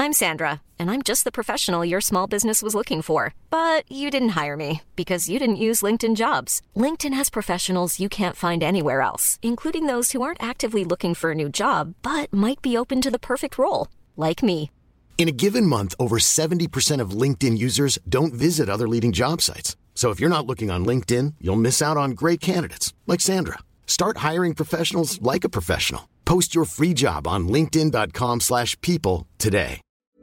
I'm Sandra, and I'm just the professional your small business was looking for. But you didn't hire me because you didn't use LinkedIn Jobs. LinkedIn has professionals you can't find anywhere else, including those who aren't actively looking for a new job, but might be open to the perfect role, like me. In a given month, over 70% of LinkedIn users don't visit other leading job sites. So if you're not looking on LinkedIn, you'll miss out on great candidates like Sandra. Start hiring professionals like a professional. Post your free job on linkedin.com/people today.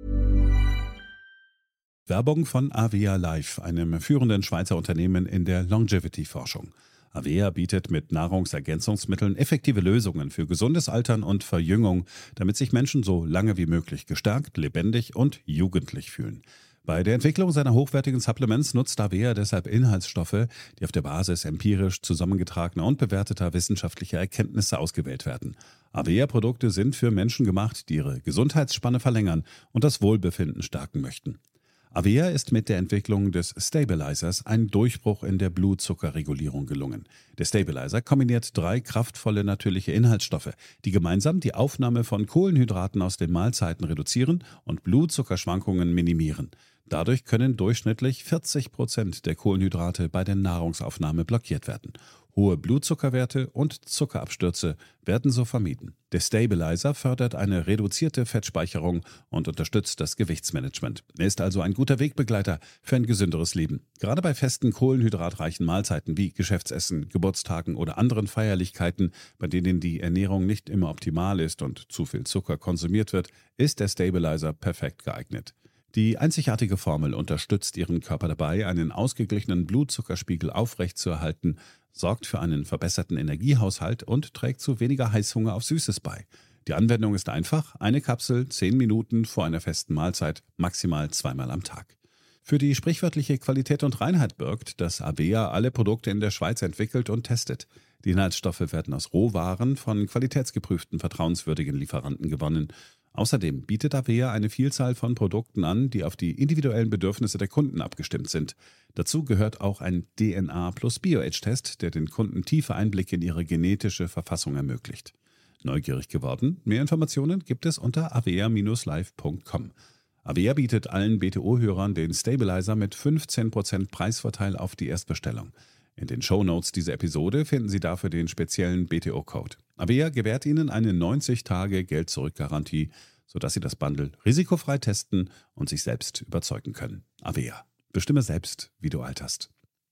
Werbung von Avea Life, einem führenden Schweizer Unternehmen in der Longevity-Forschung. Avea bietet mit Nahrungsergänzungsmitteln effektive Lösungen für gesundes Altern und Verjüngung, damit sich Menschen so lange wie möglich gestärkt, lebendig und jugendlich fühlen. Bei der Entwicklung seiner hochwertigen Supplements nutzt Avea deshalb Inhaltsstoffe, die auf der Basis empirisch zusammengetragener und bewerteter wissenschaftlicher Erkenntnisse ausgewählt werden. Avea-Produkte sind für Menschen gemacht, die ihre Gesundheitsspanne verlängern und das Wohlbefinden stärken möchten. Avea ist mit der Entwicklung des Stabilizers ein Durchbruch in der Blutzuckerregulierung gelungen. Der Stabilizer kombiniert 3 kraftvolle natürliche Inhaltsstoffe, die gemeinsam die Aufnahme von Kohlenhydraten aus den Mahlzeiten reduzieren und Blutzuckerschwankungen minimieren. Dadurch können durchschnittlich 40% der Kohlenhydrate bei der Nahrungsaufnahme blockiert werden. Hohe Blutzuckerwerte und Zuckerabstürze werden so vermieden. Der Stabilizer fördert eine reduzierte Fettspeicherung und unterstützt das Gewichtsmanagement. Er ist also ein guter Wegbegleiter für ein gesünderes Leben. Gerade bei festen kohlenhydratreichen Mahlzeiten wie Geschäftsessen, Geburtstagen oder anderen Feierlichkeiten, bei denen die Ernährung nicht immer optimal ist und zu viel Zucker konsumiert wird, ist der Stabilizer perfekt geeignet. Die einzigartige Formel unterstützt Ihren Körper dabei, einen ausgeglichenen Blutzuckerspiegel aufrechtzuerhalten, sorgt für einen verbesserten Energiehaushalt und trägt zu weniger Heißhunger auf Süßes bei. Die Anwendung ist einfach: eine Kapsel 10 Minuten vor einer festen Mahlzeit, maximal 2-mal am Tag. Für die sprichwörtliche Qualität und Reinheit birgt, dass Avea alle Produkte in der Schweiz entwickelt und testet. Die Inhaltsstoffe werden aus Rohwaren von qualitätsgeprüften, vertrauenswürdigen Lieferanten gewonnen. Außerdem bietet Avea eine Vielzahl von Produkten an, die auf die individuellen Bedürfnisse der Kunden abgestimmt sind. Dazu gehört auch ein DNA plus Bio-Age-Test, der den Kunden tiefe Einblicke in ihre genetische Verfassung ermöglicht. Neugierig geworden? Mehr Informationen gibt es unter avea-live.com. Avea bietet allen BTO-Hörern den Stabilizer mit 15% Preisvorteil auf die Erstbestellung. In den Shownotes dieser Episode finden Sie dafür den speziellen BTO-Code. Avea gewährt Ihnen eine 90-Tage-Geld-Zurück-Garantie, sodass Sie das Bundle risikofrei testen und sich selbst überzeugen können. Avea. Bestimme selbst, wie du alterst.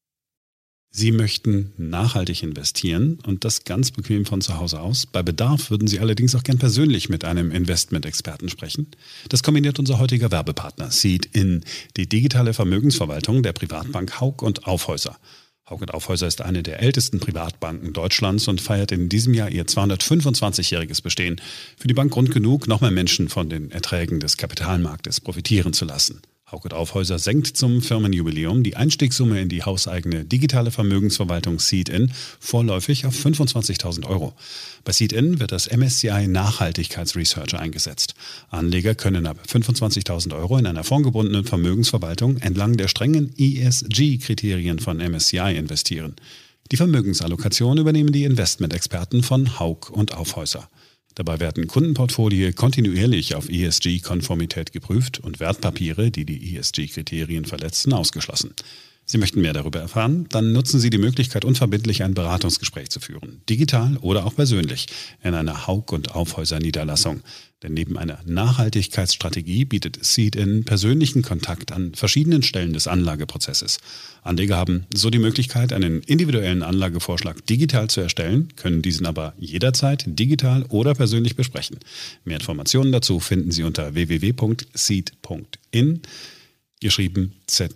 Sie möchten nachhaltig investieren und das ganz bequem von zu Hause aus. Bei Bedarf würden Sie allerdings auch gern persönlich mit einem Investment-Experten sprechen. Das kombiniert unser heutiger Werbepartner Seed-In, die digitale Vermögensverwaltung der Privatbank Hauck & Aufhäuser. Hauck & Aufhäuser ist eine der ältesten Privatbanken Deutschlands und feiert in diesem Jahr ihr 225-jähriges Bestehen. Für die Bank Grund genug, noch mehr Menschen von den Erträgen des Kapitalmarktes profitieren zu lassen. Hauck & Aufhäuser senkt zum Firmenjubiläum die Einstiegssumme in die hauseigene digitale Vermögensverwaltung Seed-In vorläufig auf 25.000 €. Bei Seed-In wird das MSCI Nachhaltigkeitsresearch eingesetzt. Anleger können ab 25.000 € in einer fondgebundenen Vermögensverwaltung entlang der strengen ESG-Kriterien von MSCI investieren. Die Vermögensallokation übernehmen die Investmentexperten von Hauck & Aufhäuser. Dabei werden Kundenportfolien kontinuierlich auf ESG-Konformität geprüft und Wertpapiere, die die ESG-Kriterien verletzen, ausgeschlossen. Sie möchten mehr darüber erfahren? Dann nutzen Sie die Möglichkeit, unverbindlich ein Beratungsgespräch zu führen. Digital oder auch persönlich in einer Hauck & Aufhäuser Niederlassung. Denn neben einer Nachhaltigkeitsstrategie bietet Seed-In persönlichen Kontakt an verschiedenen Stellen des Anlageprozesses. Anleger haben so die Möglichkeit, einen individuellen Anlagevorschlag digital zu erstellen, können diesen aber jederzeit digital oder persönlich besprechen. Mehr Informationen dazu finden Sie unter www.seed.in, geschrieben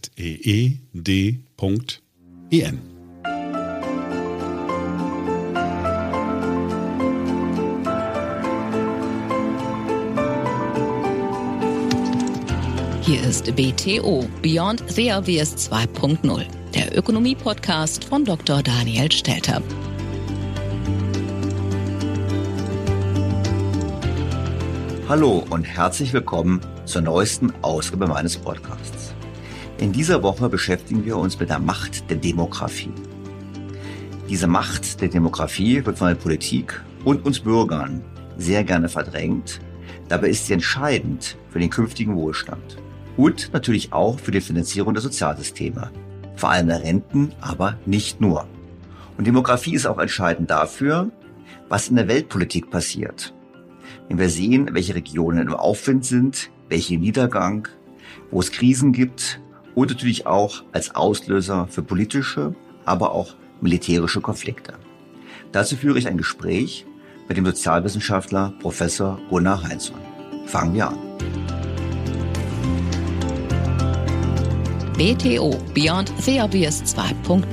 ZEED.in. Hier ist BTO, Beyond the Obvious 2.0, der Ökonomie-Podcast von Dr. Daniel Stelter. Hallo und herzlich willkommen zur neuesten Ausgabe meines Podcasts. In dieser Woche beschäftigen wir uns mit der Macht der Demografie. Diese Macht der Demografie wird von der Politik und uns Bürgern sehr gerne verdrängt, Dabei ist sie entscheidend für den künftigen Wohlstand und natürlich auch für die Finanzierung der Sozialsysteme, vor allem der Renten, aber nicht nur. Und Demografie ist auch entscheidend dafür, was in der Weltpolitik passiert. Wenn wir sehen, welche Regionen im Aufwind sind, welche im Niedergang, wo es Krisen gibt und natürlich auch als Auslöser für politische, aber auch militärische Konflikte. Dazu führe ich ein Gespräch mit dem Sozialwissenschaftler Professor Gunnar Heinzson. Fangen wir an. BTO Beyond the Obvious 2.0.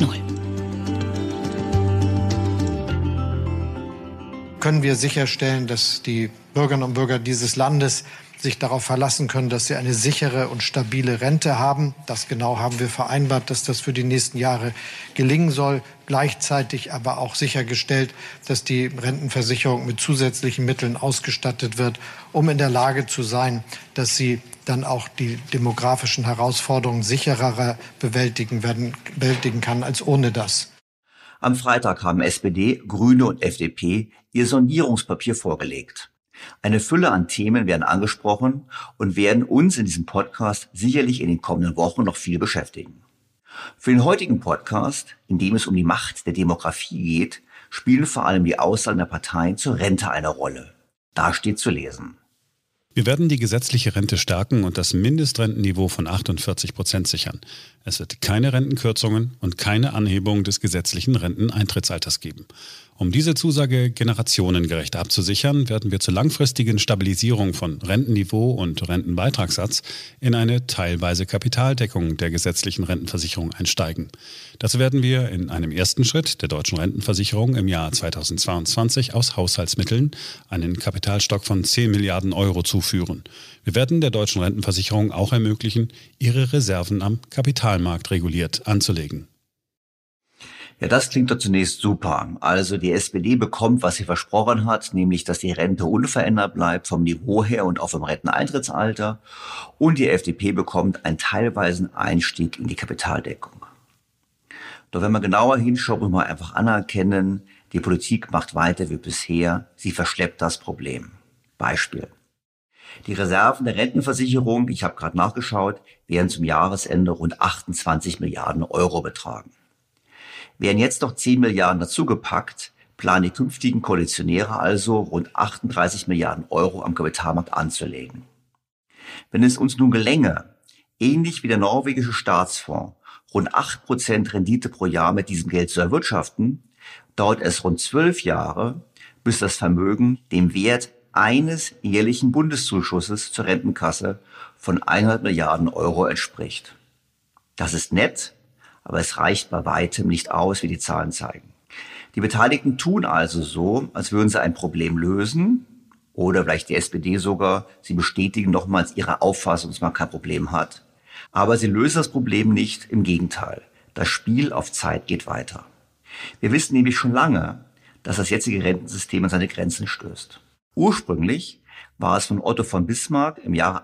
Können wir sicherstellen, dass die Bürgerinnen und Bürger dieses Landes sich darauf verlassen können, dass sie eine sichere und stabile Rente haben. Das genau haben wir vereinbart, dass das für die nächsten Jahre gelingen soll. Gleichzeitig aber auch sichergestellt, dass die Rentenversicherung mit zusätzlichen Mitteln ausgestattet wird, um in der Lage zu sein, dass sie dann auch die demografischen Herausforderungen sicherer bewältigen kann als ohne das. Am Freitag haben SPD, Grüne und FDP ihr Sondierungspapier vorgelegt. Eine Fülle an Themen werden angesprochen und werden uns in diesem Podcast sicherlich in den kommenden Wochen noch viel beschäftigen. Für den heutigen Podcast, in dem es um die Macht der Demografie geht, spielen vor allem die Aussagen der Parteien zur Rente eine Rolle. Da steht zu lesen: Wir werden die gesetzliche Rente stärken und das Mindestrentenniveau von 48% sichern. Es wird keine Rentenkürzungen und keine Anhebung des gesetzlichen Renteneintrittsalters geben. Um diese Zusage generationengerecht abzusichern, werden wir zur langfristigen Stabilisierung von Rentenniveau und Rentenbeitragssatz in eine teilweise Kapitaldeckung der gesetzlichen Rentenversicherung einsteigen. Dazu werden wir in einem ersten Schritt der deutschen Rentenversicherung im Jahr 2022 aus Haushaltsmitteln einen Kapitalstock von 10 Milliarden Euro zuführen. Wir werden der deutschen Rentenversicherung auch ermöglichen, ihre Reserven am Kapitalmarkt reguliert anzulegen. Ja, das klingt doch zunächst super. Also die SPD bekommt, was sie versprochen hat, nämlich, dass die Rente unverändert bleibt vom Niveau her und auch vom Renteneintrittsalter. Und die FDP bekommt einen teilweisen Einstieg in die Kapitaldeckung. Doch wenn man genauer hinschaut, muss man einfach anerkennen, die Politik macht weiter wie bisher. Sie verschleppt das Problem. Beispiel: Die Reserven der Rentenversicherung, ich habe gerade nachgeschaut, werden zum Jahresende rund 28 Milliarden Euro betragen. Werden jetzt noch 10 Milliarden dazugepackt, planen die künftigen Koalitionäre also rund 38 Milliarden Euro am Kapitalmarkt anzulegen. Wenn es uns nun gelänge, ähnlich wie der norwegische Staatsfonds, rund 8% Rendite pro Jahr mit diesem Geld zu erwirtschaften, dauert es rund 12 Jahre, bis das Vermögen dem Wert eines jährlichen Bundeszuschusses zur Rentenkasse von 100 Milliarden Euro entspricht. Das ist nett, aber es reicht bei weitem nicht aus, wie die Zahlen zeigen. Die Beteiligten tun also so, als würden sie ein Problem lösen, oder vielleicht die SPD sogar, sie bestätigen nochmals ihre Auffassung, dass man kein Problem hat. Aber sie lösen das Problem nicht, im Gegenteil. Das Spiel auf Zeit geht weiter. Wir wissen nämlich schon lange, dass das jetzige Rentensystem an seine Grenzen stößt. Ursprünglich war es von Otto von Bismarck im Jahre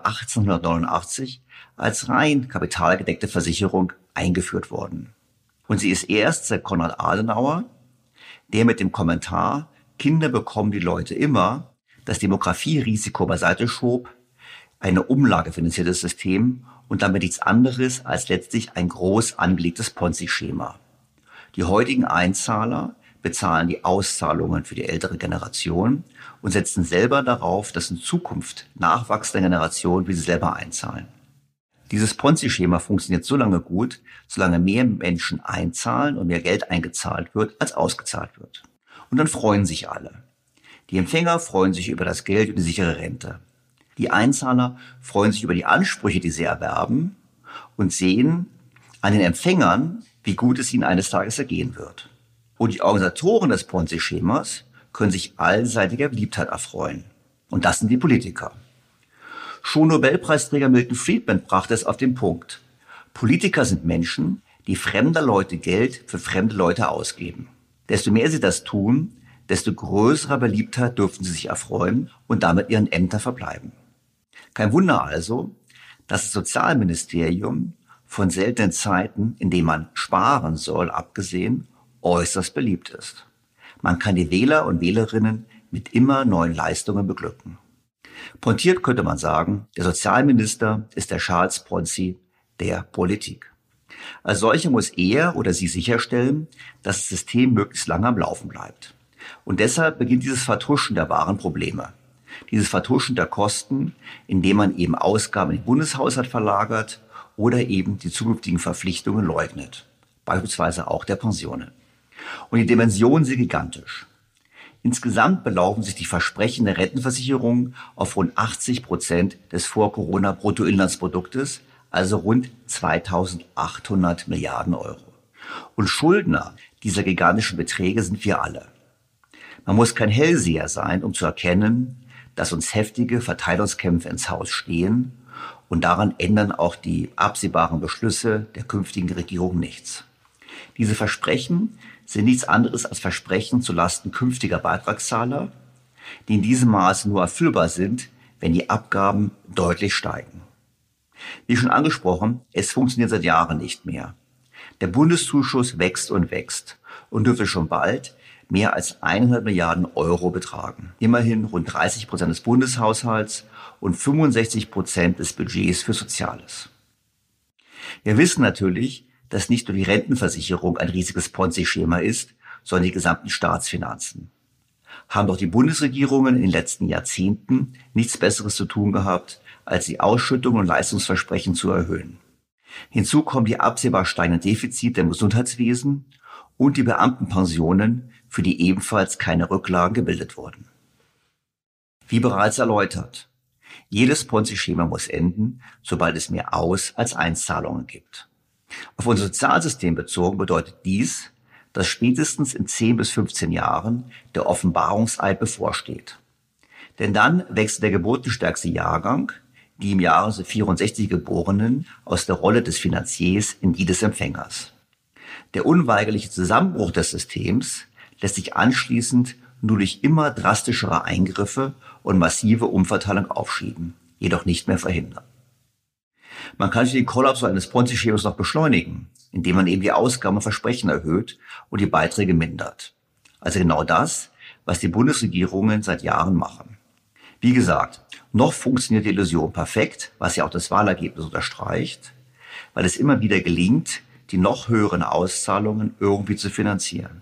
1889 als rein kapitalgedeckte Versicherung eingeführt worden. Und sie ist erst seit Konrad Adenauer, der mit dem Kommentar "Kinder bekommen die Leute immer" das Demografierisiko beiseite schob, eine umlagefinanziertes System und damit nichts anderes als letztlich ein groß angelegtes Ponzi-Schema. Die heutigen Einzahler bezahlen die Auszahlungen für die ältere Generation und setzen selber darauf, dass in Zukunft nachwachsende Generationen wie sie selber einzahlen. Dieses Ponzi-Schema funktioniert so lange gut, solange mehr Menschen einzahlen und mehr Geld eingezahlt wird, als ausgezahlt wird. Und dann freuen sich alle. Die Empfänger freuen sich über das Geld und die sichere Rente. Die Einzahler freuen sich über die Ansprüche, die sie erwerben, und sehen an den Empfängern, wie gut es ihnen eines Tages ergehen wird. Und die Organisatoren des Ponzi-Schemas können sich allseitiger Beliebtheit erfreuen. Und das sind die Politiker. Schon Nobelpreisträger Milton Friedman brachte es auf den Punkt: Politiker sind Menschen, die fremder Leute Geld für fremde Leute ausgeben. Desto mehr sie das tun, desto größerer Beliebtheit dürfen sie sich erfreuen und damit ihren Ämtern verbleiben. Kein Wunder also, dass das Sozialministerium von seltenen Zeiten, in denen man sparen soll, abgesehen, äußerst beliebt ist. Man kann die Wähler und Wählerinnen mit immer neuen Leistungen beglücken. Pointiert könnte man sagen, der Sozialminister ist der Charles Ponzi der Politik. Als solcher muss er oder sie sicherstellen, dass das System möglichst lange am Laufen bleibt. Und deshalb beginnt dieses Vertuschen der wahren Probleme. Dieses Vertuschen der Kosten, indem man eben Ausgaben in den Bundeshaushalt verlagert oder eben die zukünftigen Verpflichtungen leugnet. Beispielsweise auch der Pensionen. Und die Dimensionen sind gigantisch. Insgesamt belaufen sich die Versprechen der Rentenversicherung auf rund 80% des Vor-Corona-Bruttoinlandsproduktes, also rund 2.800 Milliarden Euro. Und Schuldner dieser gigantischen Beträge sind wir alle. Man muss kein Hellseher sein, um zu erkennen, dass uns heftige Verteilungskämpfe ins Haus stehen, und daran ändern auch die absehbaren Beschlüsse der künftigen Regierung nichts. Diese Versprechen sind nichts anderes als Versprechen zulasten künftiger Beitragszahler, die in diesem Maße nur erfüllbar sind, wenn die Abgaben deutlich steigen. Wie schon angesprochen, es funktioniert seit Jahren nicht mehr. Der Bundeszuschuss wächst und dürfte schon bald mehr als 100 Milliarden Euro betragen. Immerhin rund 30% des Bundeshaushalts und 65% des Budgets für Soziales. Wir wissen natürlich, dass nicht nur die Rentenversicherung ein riesiges Ponzi-Schema ist, sondern die gesamten Staatsfinanzen. Haben doch die Bundesregierungen in den letzten Jahrzehnten nichts Besseres zu tun gehabt, als die Ausschüttungen und Leistungsversprechen zu erhöhen. Hinzu kommen die absehbar steigenden Defizite im Gesundheitswesen und die Beamtenpensionen, für die ebenfalls keine Rücklagen gebildet wurden. Wie bereits erläutert, jedes Ponzi-Schema muss enden, sobald es mehr Aus- als Einzahlungen gibt. Auf unser Sozialsystem bezogen bedeutet dies, dass spätestens in 10 bis 15 Jahren der Offenbarungseid bevorsteht. Denn dann wechselt der geburtenstärkste Jahrgang, die im Jahre 64 Geborenen, aus der Rolle des Finanziers in die des Empfängers. Der unweigerliche Zusammenbruch des Systems lässt sich anschließend nur durch immer drastischere Eingriffe und massive Umverteilung aufschieben, jedoch nicht mehr verhindern. Man kann den Kollaps eines Ponzi-Schemas noch beschleunigen, indem man eben die Ausgaben und Versprechen erhöht und die Beiträge mindert. Also genau das, was die Bundesregierungen seit Jahren machen. Wie gesagt, noch funktioniert die Illusion perfekt, was ja auch das Wahlergebnis unterstreicht, weil es immer wieder gelingt, die noch höheren Auszahlungen irgendwie zu finanzieren.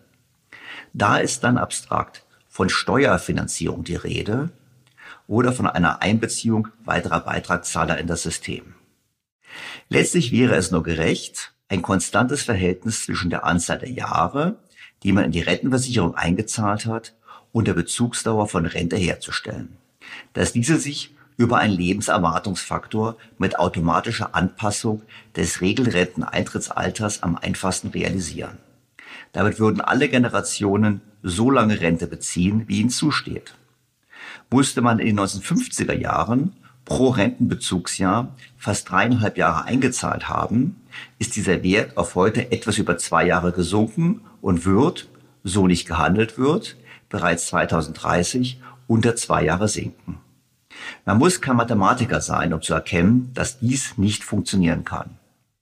Da ist dann abstrakt von Steuerfinanzierung die Rede oder von einer Einbeziehung weiterer Beitragszahler in das System. Letztlich wäre es nur gerecht, ein konstantes Verhältnis zwischen der Anzahl der Jahre, die man in die Rentenversicherung eingezahlt hat, und der Bezugsdauer von Rente herzustellen. Das ließe sich über einen Lebenserwartungsfaktor mit automatischer Anpassung des Regelrenteneintrittsalters am einfachsten realisieren. Damit würden alle Generationen so lange Rente beziehen, wie ihnen zusteht. Musste man in den 1950er Jahren pro Rentenbezugsjahr fast 3,5 Jahre eingezahlt haben, ist dieser Wert auf heute etwas über 2 Jahre gesunken und wird, so nicht gehandelt wird, bereits 2030 unter 2 Jahre sinken. Man muss kein Mathematiker sein, um zu erkennen, dass dies nicht funktionieren kann.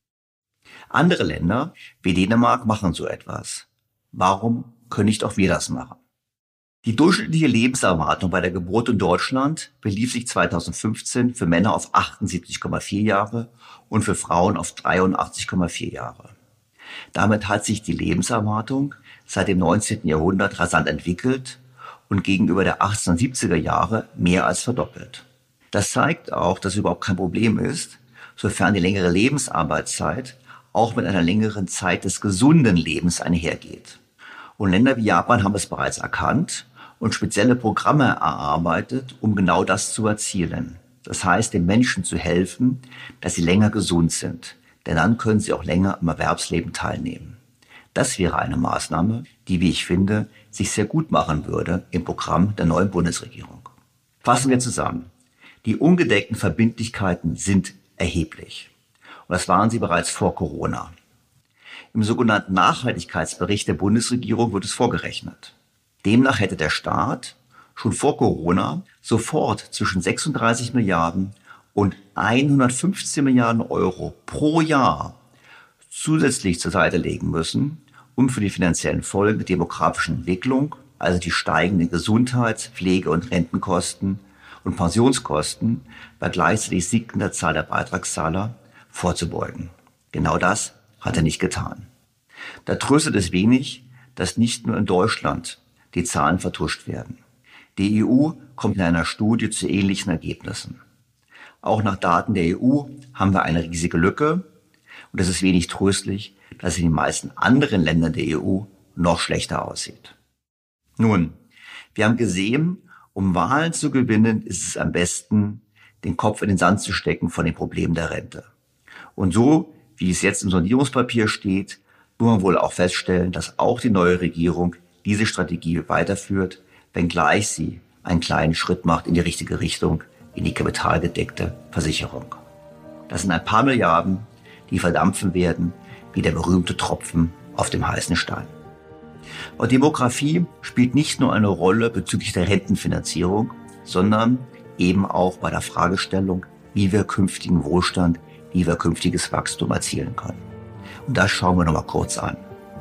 Andere Länder wie Dänemark machen so etwas. Warum können nicht auch wir das machen? Die durchschnittliche Lebenserwartung bei der Geburt in Deutschland belief sich 2015 für Männer auf 78,4 Jahre und für Frauen auf 83,4 Jahre. Damit hat sich die Lebenserwartung seit dem 19. Jahrhundert rasant entwickelt und gegenüber der 1870er Jahre mehr als verdoppelt. Das zeigt auch, dass es überhaupt kein Problem ist, sofern die längere Lebensarbeitszeit auch mit einer längeren Zeit des gesunden Lebens einhergeht. Und Länder wie Japan haben es bereits erkannt und spezielle Programme erarbeitet, um genau das zu erzielen. Das heißt, den Menschen zu helfen, dass sie länger gesund sind, denn dann können sie auch länger am Erwerbsleben teilnehmen. Das wäre eine Maßnahme, die, wie ich finde, sich sehr gut machen würde im Programm der neuen Bundesregierung. Fassen wir zusammen. Die ungedeckten Verbindlichkeiten sind erheblich. Und das waren sie bereits vor Corona. Im sogenannten Nachhaltigkeitsbericht der Bundesregierung wird es vorgerechnet. Demnach hätte der Staat schon vor Corona sofort zwischen 36 Milliarden und 115 Milliarden Euro pro Jahr zusätzlich zur Seite legen müssen, um für die finanziellen Folgen der demografischen Entwicklung, also die steigenden Gesundheits-, Pflege- und Rentenkosten und Pensionskosten bei gleichzeitig sinkender Zahl der Beitragszahler vorzubeugen. Genau das hat er nicht getan. Da tröstet es wenig, dass nicht nur in Deutschland die Zahlen vertuscht werden. Die EU kommt in einer Studie zu ähnlichen Ergebnissen. Auch nach Daten der EU haben wir eine riesige Lücke und es ist wenig tröstlich, dass es in den meisten anderen Ländern der EU noch schlechter aussieht. Nun, wir haben gesehen, um Wahlen zu gewinnen, ist es am besten, den Kopf in den Sand zu stecken von den Problemen der Rente. Und so, wie es jetzt im Sondierungspapier steht, muss man wohl auch feststellen, dass auch die neue Regierung diese Strategie weiterführt, wenngleich sie einen kleinen Schritt macht in die richtige Richtung, in die kapitalgedeckte Versicherung. Das sind ein paar Milliarden, die verdampfen werden, wie der berühmte Tropfen auf dem heißen Stein. Und Demografie spielt nicht nur eine Rolle bezüglich der Rentenfinanzierung, sondern eben auch bei der Fragestellung, wie wir künftigen Wohlstand, wie wir künftiges Wachstum erzielen können. Und das schauen wir nochmal kurz an.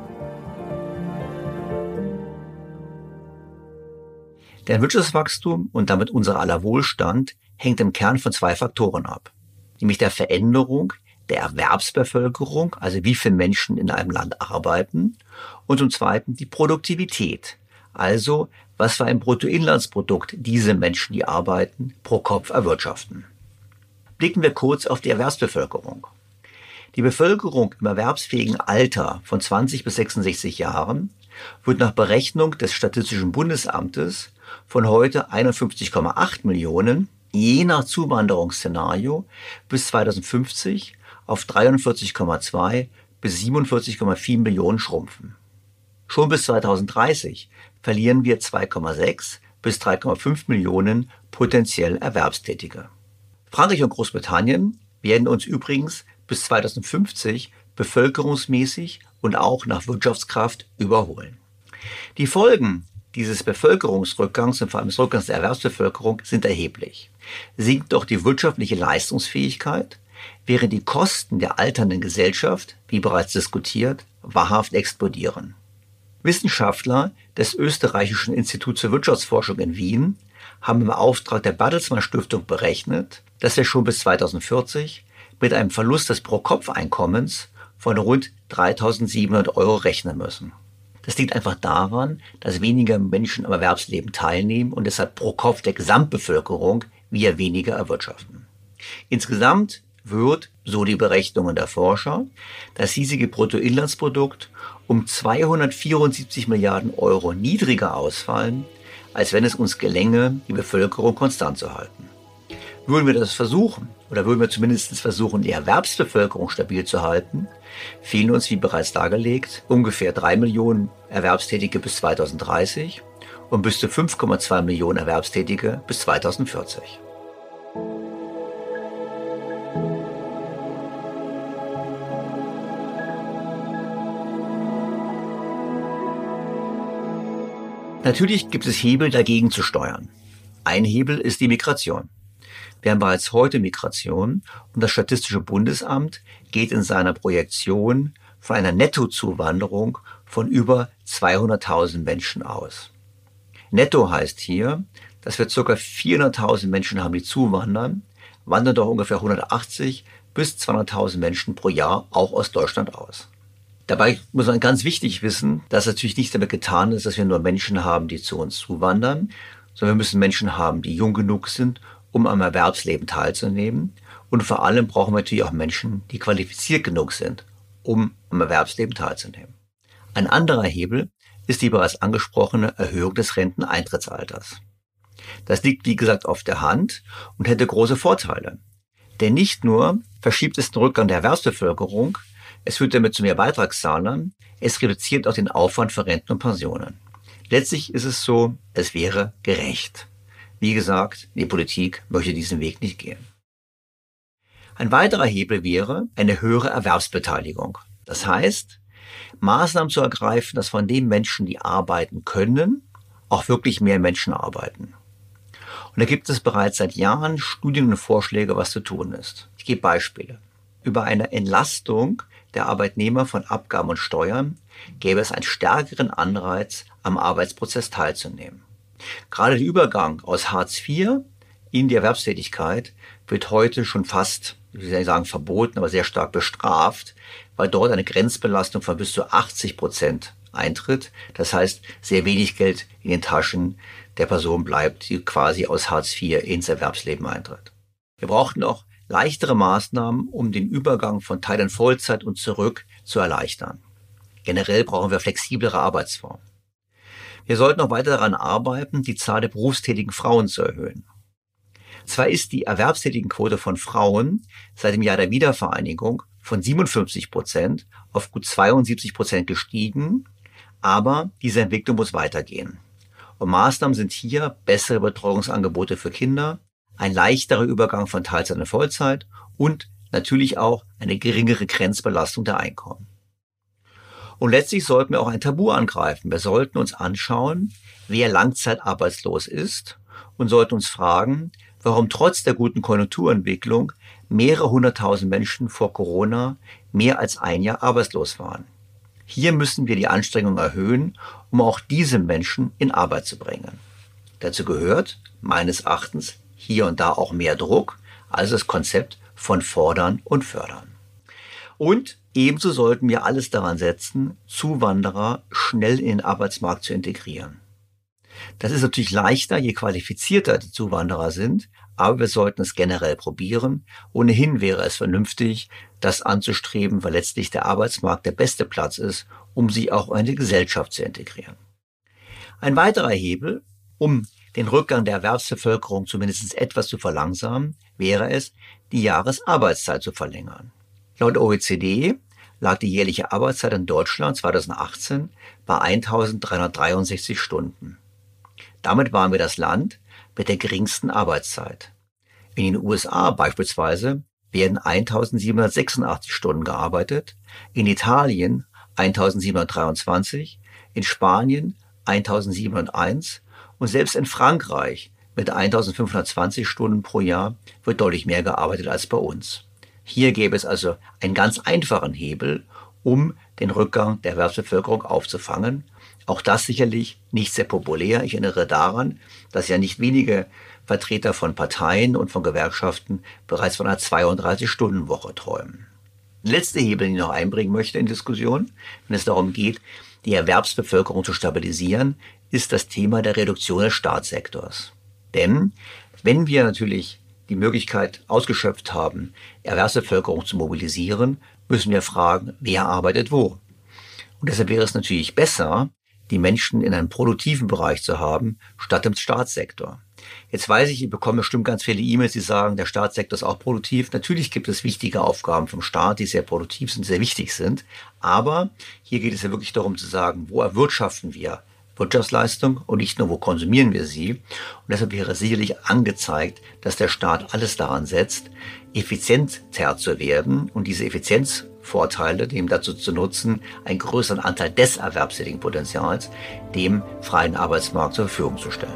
Denn Wirtschaftswachstum und damit unser aller Wohlstand hängt im Kern von zwei Faktoren ab. Nämlich der Veränderung der Erwerbsbevölkerung, also wie viele Menschen in einem Land arbeiten, und zum Zweiten die Produktivität, also was für ein Bruttoinlandsprodukt diese Menschen, die arbeiten, pro Kopf erwirtschaften. Blicken wir kurz auf die Erwerbsbevölkerung. Die Bevölkerung im erwerbsfähigen Alter von 20 bis 66 Jahren wird nach Berechnung des Statistischen Bundesamtes von heute 51,8 Millionen je nach Zuwanderungsszenario bis 2050 auf 43,2 bis 47,4 Millionen schrumpfen. Schon bis 2030 verlieren wir 2,6 bis 3,5 Millionen potenziell Erwerbstätige. Frankreich und Großbritannien werden uns übrigens bis 2050 bevölkerungsmäßig und auch nach Wirtschaftskraft überholen. Die Folgen dieses Bevölkerungsrückgangs und vor allem des Rückgangs der Erwerbsbevölkerung sind erheblich. Sinkt doch die wirtschaftliche Leistungsfähigkeit, während die Kosten der alternden Gesellschaft, wie bereits diskutiert, wahrhaft explodieren. Wissenschaftler des Österreichischen Instituts für Wirtschaftsforschung in Wien haben im Auftrag der Bertelsmann Stiftung berechnet, dass wir schon bis 2040 mit einem Verlust des Pro-Kopf-Einkommens von rund 3.700 € rechnen müssen. Das liegt einfach daran, dass weniger Menschen am Erwerbsleben teilnehmen und deshalb pro Kopf der Gesamtbevölkerung wir weniger erwirtschaften. Insgesamt wird, so die Berechnungen der Forscher, das hiesige Bruttoinlandsprodukt um 274 Milliarden € niedriger ausfallen, als wenn es uns gelänge, die Bevölkerung konstant zu halten. Würden wir das versuchen, oder würden wir zumindest versuchen, die Erwerbsbevölkerung stabil zu halten, fehlen uns, wie bereits dargelegt, ungefähr 3 Millionen Erwerbstätige bis 2030 und bis zu 5,2 Millionen Erwerbstätige bis 2040. Natürlich gibt es Hebel, dagegen zu steuern. Ein Hebel ist die Migration. Wir haben bereits heute Migration und das Statistische Bundesamt geht in seiner Projektion von einer Nettozuwanderung von über 200.000 Menschen aus. Netto heißt hier, dass wir ca. 400.000 Menschen haben, die zuwandern, wandern doch ungefähr 180 bis 200.000 Menschen pro Jahr auch aus Deutschland aus. Dabei muss man ganz wichtig wissen, dass natürlich nicht damit getan ist, dass wir nur Menschen haben, die zu uns zuwandern, sondern wir müssen Menschen haben, die jung genug sind, um am Erwerbsleben teilzunehmen. Und vor allem brauchen wir natürlich auch Menschen, die qualifiziert genug sind, um am Erwerbsleben teilzunehmen. Ein anderer Hebel ist die bereits angesprochene Erhöhung des Renteneintrittsalters. Das liegt, wie gesagt, auf der Hand und hätte große Vorteile. Denn nicht nur verschiebt es den Rückgang der Erwerbsbevölkerung, es führt damit zu mehr Beitragszahlern, es reduziert auch den Aufwand für Renten und Pensionen. Letztlich ist es so, es wäre gerecht. Wie gesagt, die Politik möchte diesen Weg nicht gehen. Ein weiterer Hebel wäre eine höhere Erwerbsbeteiligung. Das heißt, Maßnahmen zu ergreifen, dass von den Menschen, die arbeiten können, auch wirklich mehr Menschen arbeiten. Und da gibt es bereits seit Jahren Studien und Vorschläge, was zu tun ist. Ich gebe Beispiele. Über eine Entlastung der Arbeitnehmer von Abgaben und Steuern gäbe es einen stärkeren Anreiz, am Arbeitsprozess teilzunehmen. Gerade der Übergang aus Hartz IV in die Erwerbstätigkeit wird heute schon fast, ich will nicht sagen verboten, aber sehr stark bestraft, weil dort eine Grenzbelastung von bis zu 80% eintritt. Das heißt, sehr wenig Geld in den Taschen der Person bleibt, die quasi aus Hartz IV ins Erwerbsleben eintritt. Wir brauchten auch leichtere Maßnahmen, um den Übergang von Teil- in Vollzeit und zurück zu erleichtern. Generell brauchen wir flexiblere Arbeitsformen. Wir sollten auch weiter daran arbeiten, die Zahl der berufstätigen Frauen zu erhöhen. Zwar ist die Erwerbstätigenquote von Frauen seit dem Jahr der Wiedervereinigung von 57% auf gut 72% gestiegen, aber diese Entwicklung muss weitergehen. Und Maßnahmen sind hier bessere Betreuungsangebote für Kinder, ein leichterer Übergang von Teilzeit in Vollzeit und natürlich auch eine geringere Grenzbelastung der Einkommen. Und letztlich sollten wir auch ein Tabu angreifen. Wir sollten uns anschauen, wer langzeitarbeitslos ist und sollten uns fragen, warum trotz der guten Konjunkturentwicklung mehrere 100.000 Menschen vor Corona mehr als ein Jahr arbeitslos waren. Hier müssen wir die Anstrengungen erhöhen, um auch diese Menschen in Arbeit zu bringen. Dazu gehört, meines Erachtens, hier und da auch mehr Druck, also das Konzept von Fordern und Fördern. Und ebenso sollten wir alles daran setzen, Zuwanderer schnell in den Arbeitsmarkt zu integrieren. Das ist natürlich leichter, je qualifizierter die Zuwanderer sind, aber wir sollten es generell probieren. Ohnehin wäre es vernünftig, das anzustreben, weil letztlich der Arbeitsmarkt der beste Platz ist, um sie auch in die Gesellschaft zu integrieren. Ein weiterer Hebel, um den Rückgang der Erwerbsbevölkerung zumindest etwas zu verlangsamen, wäre es, die Jahresarbeitszeit zu verlängern. Laut OECD lag die jährliche Arbeitszeit in Deutschland 2018 bei 1.363 Stunden. Damit waren wir das Land mit der geringsten Arbeitszeit. In den USA beispielsweise werden 1.786 Stunden gearbeitet, in Italien 1.723, in Spanien 1.701 und selbst in Frankreich mit 1.520 Stunden pro Jahr wird deutlich mehr gearbeitet als bei uns. Hier gäbe es also einen ganz einfachen Hebel, um den Rückgang der Erwerbsbevölkerung aufzufangen. Auch das sicherlich nicht sehr populär. Ich erinnere daran, dass ja nicht wenige Vertreter von Parteien und von Gewerkschaften bereits von einer 32-Stunden-Woche träumen. Der letzte Hebel, den ich noch einbringen möchte in Diskussion, wenn es darum geht, die Erwerbsbevölkerung zu stabilisieren, ist das Thema der Reduktion des Staatssektors. Denn wenn wir natürlich die Möglichkeit ausgeschöpft haben, Erwerbsbevölkerung zu mobilisieren, müssen wir fragen, wer arbeitet wo. Und deshalb wäre es natürlich besser, die Menschen in einem produktiven Bereich zu haben, statt im Staatssektor. Jetzt weiß ich bekomme bestimmt ganz viele E-Mails, die sagen, der Staatssektor ist auch produktiv. Natürlich gibt es wichtige Aufgaben vom Staat, die sehr produktiv sind, sehr wichtig sind. Aber hier geht es ja wirklich darum zu sagen, wo erwirtschaften wir Wirtschaftsleistung und nicht nur, wo konsumieren wir sie. Und deshalb wäre sicherlich angezeigt, dass der Staat alles daran setzt, effizienter zu werden und diese Effizienzvorteile dem dazu zu nutzen, einen größeren Anteil des erwerbstätigen Potenzials dem freien Arbeitsmarkt zur Verfügung zu stellen.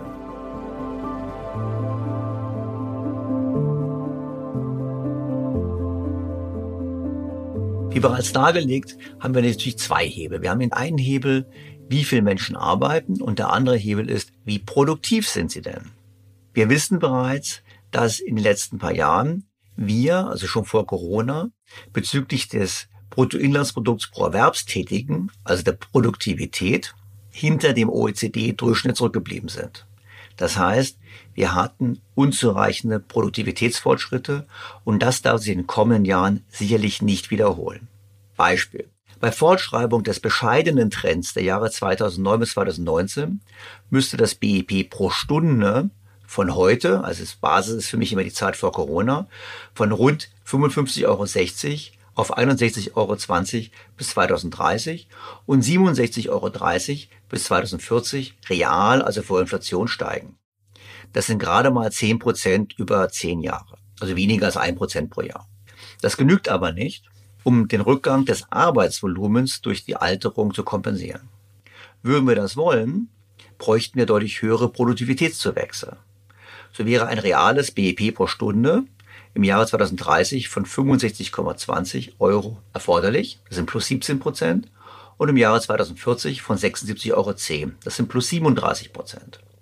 Wie bereits dargelegt, haben wir natürlich zwei Hebel. Wir haben den einen Hebel, wie viele Menschen arbeiten, und der andere Hebel ist, wie produktiv sind sie denn? Wir wissen bereits, dass in den letzten paar Jahren wir, also schon vor Corona, bezüglich des Bruttoinlandsprodukts pro Erwerbstätigen, also der Produktivität, hinter dem OECD-Durchschnitt zurückgeblieben sind. Das heißt, wir hatten unzureichende Produktivitätsfortschritte und das darf sich in den kommenden Jahren sicherlich nicht wiederholen. Beispiel. Bei Fortschreibung des bescheidenen Trends der Jahre 2009 bis 2019 müsste das BIP pro Stunde von heute, also das Basis ist für mich immer die Zeit vor Corona, von rund 55,60 € auf 61,20 € bis 2030 und 67,30 € bis 2040 real, also vor Inflation, steigen. Das sind gerade mal 10% über 10 Jahre, also weniger als 1% pro Jahr. Das genügt aber nicht, um den Rückgang des Arbeitsvolumens durch die Alterung zu kompensieren. Würden wir das wollen, bräuchten wir deutlich höhere Produktivitätszuwächse. So wäre ein reales BIP pro Stunde im Jahre 2030 von 65,20 € erforderlich, das sind plus 17%, und im Jahre 2040 von 76,10 €, das sind plus 37%.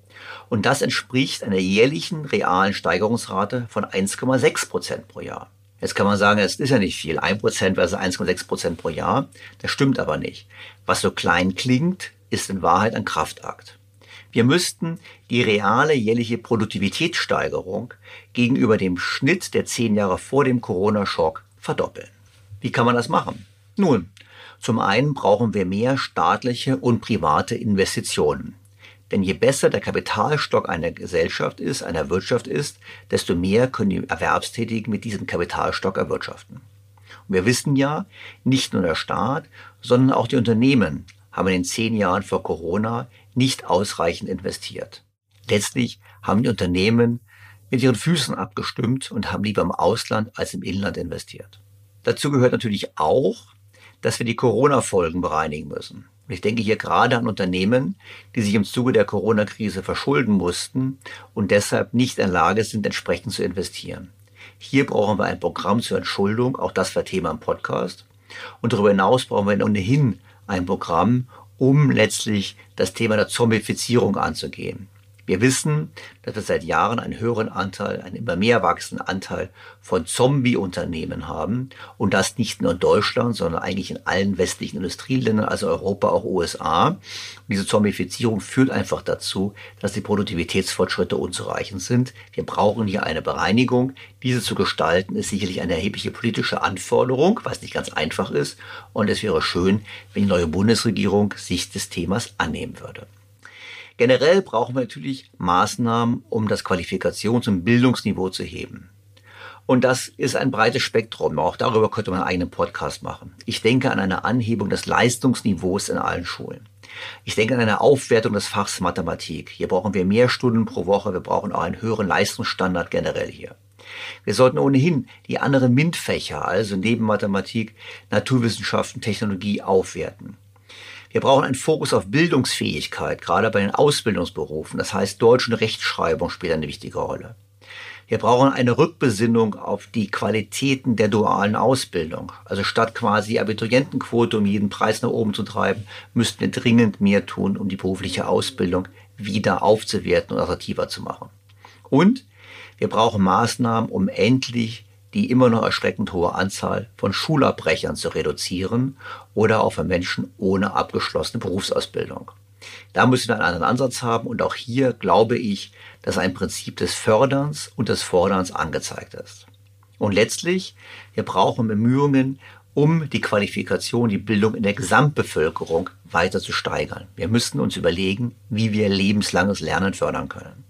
Und das entspricht einer jährlichen realen Steigerungsrate von 1,6% pro Jahr. Jetzt kann man sagen, es ist ja nicht viel, 1% versus 1,6% pro Jahr. Das stimmt aber nicht. Was so klein klingt, ist in Wahrheit ein Kraftakt. Wir müssten die reale jährliche Produktivitätssteigerung gegenüber dem Schnitt der 10 Jahre vor dem Corona-Schock verdoppeln. Wie kann man das machen? Nun, zum einen brauchen wir mehr staatliche und private Investitionen. Denn je besser der Kapitalstock einer Gesellschaft ist, einer Wirtschaft ist, desto mehr können die Erwerbstätigen mit diesem Kapitalstock erwirtschaften. Und wir wissen ja, nicht nur der Staat, sondern auch die Unternehmen haben in den 10 Jahren vor Corona nicht ausreichend investiert. Letztlich haben die Unternehmen mit ihren Füßen abgestimmt und haben lieber im Ausland als im Inland investiert. Dazu gehört natürlich auch, dass wir die Corona-Folgen bereinigen müssen. Und ich denke hier gerade an Unternehmen, die sich im Zuge der Corona-Krise verschulden mussten und deshalb nicht in der Lage sind, entsprechend zu investieren. Hier brauchen wir ein Programm zur Entschuldung, auch das war Thema im Podcast. Und darüber hinaus brauchen wir ohnehin ein Programm, um letztlich das Thema der Zombifizierung anzugehen. Wir wissen, dass wir seit Jahren einen höheren Anteil, einen immer mehr wachsenden Anteil von Zombie-Unternehmen haben. Und das nicht nur in Deutschland, sondern eigentlich in allen westlichen Industrieländern, also Europa, auch USA. Und diese Zombifizierung führt einfach dazu, dass die Produktivitätsfortschritte unzureichend sind. Wir brauchen hier eine Bereinigung. Diese zu gestalten ist sicherlich eine erhebliche politische Anforderung, was nicht ganz einfach ist. Und es wäre schön, wenn die neue Bundesregierung sich des Themas annehmen würde. Generell brauchen wir natürlich Maßnahmen, um das Qualifikations- und Bildungsniveau zu heben. Und das ist ein breites Spektrum. Auch darüber könnte man einen eigenen Podcast machen. Ich denke an eine Anhebung des Leistungsniveaus in allen Schulen. Ich denke an eine Aufwertung des Fachs Mathematik. Hier brauchen wir mehr Stunden pro Woche. Wir brauchen auch einen höheren Leistungsstandard generell hier. Wir sollten ohnehin die anderen MINT-Fächer, also neben Mathematik, Naturwissenschaften, Technologie, aufwerten. Wir brauchen einen Fokus auf Bildungsfähigkeit, gerade bei den Ausbildungsberufen. Das heißt, Deutsch und Rechtschreibung spielt eine wichtige Rolle. Wir brauchen eine Rückbesinnung auf die Qualitäten der dualen Ausbildung. Also statt quasi Abiturientenquote um jeden Preis nach oben zu treiben, müssten wir dringend mehr tun, um die berufliche Ausbildung wieder aufzuwerten und attraktiver zu machen. Und wir brauchen Maßnahmen, um endlich die immer noch erschreckend hohe Anzahl von Schulabbrechern zu reduzieren oder auch für Menschen ohne abgeschlossene Berufsausbildung. Da müssen wir einen anderen Ansatz haben und auch hier glaube ich, dass ein Prinzip des Förderns und des Forderns angezeigt ist. Und letztlich, wir brauchen Bemühungen, um die Qualifikation, die Bildung in der Gesamtbevölkerung weiter zu steigern. Wir müssen uns überlegen, wie wir lebenslanges Lernen fördern können.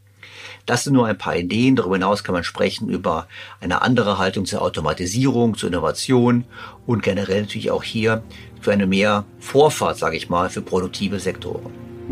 Das sind nur ein paar Ideen. Darüber hinaus kann man sprechen über eine andere Haltung zur Automatisierung, zur Innovation und generell natürlich auch hier für eine mehr Vorfahrt, sage ich mal, für produktive Sektoren.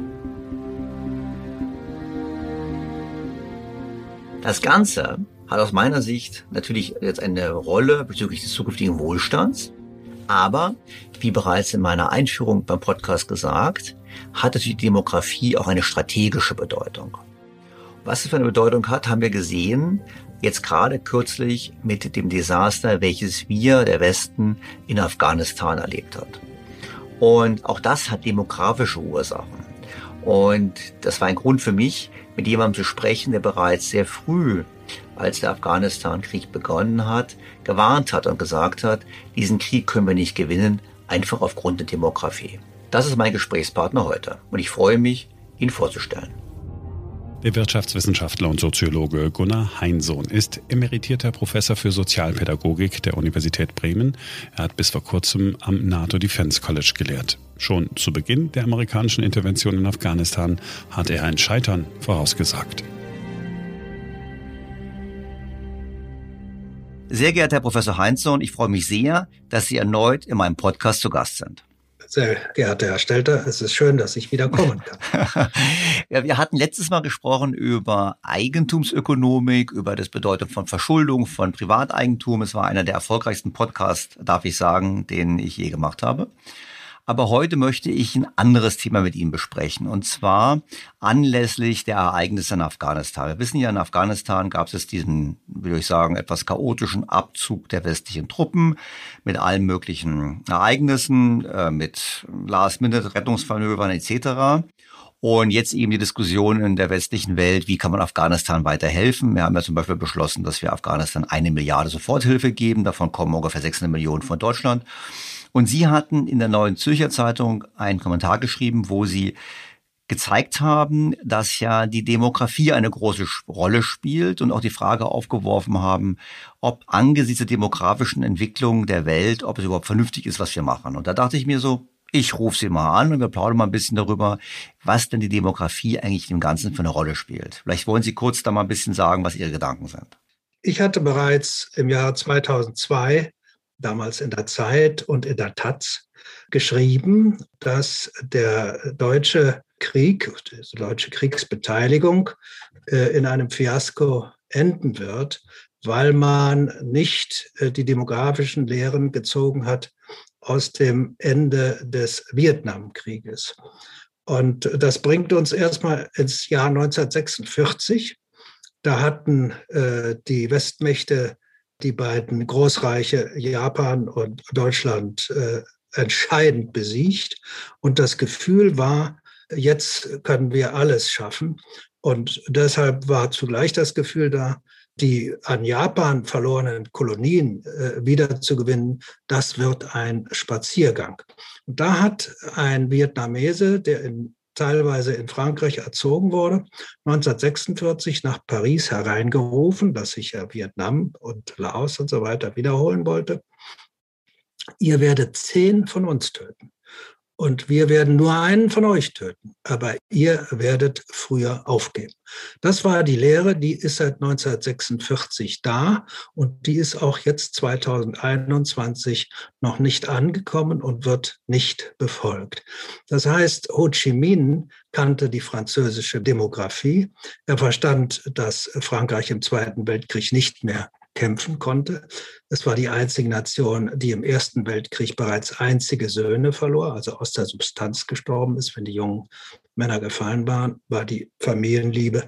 Das Ganze hat aus meiner Sicht natürlich jetzt eine Rolle bezüglich des zukünftigen Wohlstands. Aber, wie bereits in meiner Einführung beim Podcast gesagt, hat natürlich die Demografie auch eine strategische Bedeutung. Was es für eine Bedeutung hat, haben wir gesehen, jetzt gerade kürzlich mit dem Desaster, welches der Westen, in Afghanistan erlebt hat. Und auch das hat demografische Ursachen. Und das war ein Grund für mich, mit jemandem zu sprechen, der bereits sehr früh, als der Afghanistan-Krieg begonnen hat, gewarnt hat und gesagt hat, diesen Krieg können wir nicht gewinnen, einfach aufgrund der Demografie. Das ist mein Gesprächspartner heute und ich freue mich, ihn vorzustellen. Der Wirtschaftswissenschaftler und Soziologe Gunnar Heinsohn ist emeritierter Professor für Sozialpädagogik der Universität Bremen. Er hat bis vor kurzem am NATO Defense College gelehrt. Schon zu Beginn der amerikanischen Intervention in Afghanistan hat er ein Scheitern vorausgesagt. Sehr geehrter Herr Professor Heinsohn, ich freue mich sehr, dass Sie erneut in meinem Podcast zu Gast sind. Sehr geehrter Herr Stelter, es ist schön, dass ich wieder kommen kann. Ja, wir hatten letztes Mal gesprochen über Eigentumsökonomik, über das Bedeutung von Verschuldung, von Privateigentum. Es war einer der erfolgreichsten Podcasts, darf ich sagen, den ich je gemacht habe. Aber heute möchte ich ein anderes Thema mit Ihnen besprechen, und zwar anlässlich der Ereignisse in Afghanistan. Wir wissen ja, in Afghanistan gab es diesen, würde ich sagen, etwas chaotischen Abzug der westlichen Truppen mit allen möglichen Ereignissen, mit Last-Minute-Rettungsmanövern etc. Und jetzt eben die Diskussion in der westlichen Welt, wie kann man Afghanistan weiterhelfen? Wir haben ja zum Beispiel beschlossen, dass wir Afghanistan 1 Milliarde Soforthilfe geben. Davon kommen ungefähr 600 Millionen von Deutschland. Und Sie hatten in der Neuen Zürcher Zeitung einen Kommentar geschrieben, wo Sie gezeigt haben, dass ja die Demografie eine große Rolle spielt und auch die Frage aufgeworfen haben, ob angesichts der demografischen Entwicklung der Welt, ob es überhaupt vernünftig ist, was wir machen. Und da dachte ich mir so, ich rufe Sie mal an und wir plaudern mal ein bisschen darüber, was denn die Demografie eigentlich im Ganzen für eine Rolle spielt. Vielleicht wollen Sie kurz da mal ein bisschen sagen, was Ihre Gedanken sind. Ich hatte bereits im Jahr 2002, damals in der Zeit und in der Taz, geschrieben, dass der deutsche Krieg, die deutsche Kriegsbeteiligung in einem Fiasko enden wird, weil man nicht die demografischen Lehren gezogen hat aus dem Ende des Vietnamkrieges. Und das bringt uns erstmal ins Jahr 1946. Da hatten die Westmächte, die beiden Großreiche Japan und Deutschland, entscheidend besiegt. Und das Gefühl war, jetzt können wir alles schaffen. Und deshalb war zugleich das Gefühl da, die an Japan verlorenen Kolonien wiederzugewinnen, das wird ein Spaziergang. Und da hat ein Vietnamese, der teilweise in Frankreich erzogen wurde, 1946 nach Paris hereingerufen, dass sich ja Vietnam und Laos und so weiter wiederholen wollte. Ihr werdet 10 von uns töten. Und wir werden nur einen von euch töten, aber ihr werdet früher aufgeben. Das war die Lehre, die ist seit 1946 da und die ist auch jetzt 2021 noch nicht angekommen und wird nicht befolgt. Das heißt, Ho Chi Minh kannte die französische Demografie. Er verstand, dass Frankreich im Zweiten Weltkrieg nicht mehr kämpfen konnte. Es war die einzige Nation, die im Ersten Weltkrieg bereits einzige Söhne verlor, also aus der Substanz gestorben ist. Wenn die jungen Männer gefallen waren, war die Familienlinie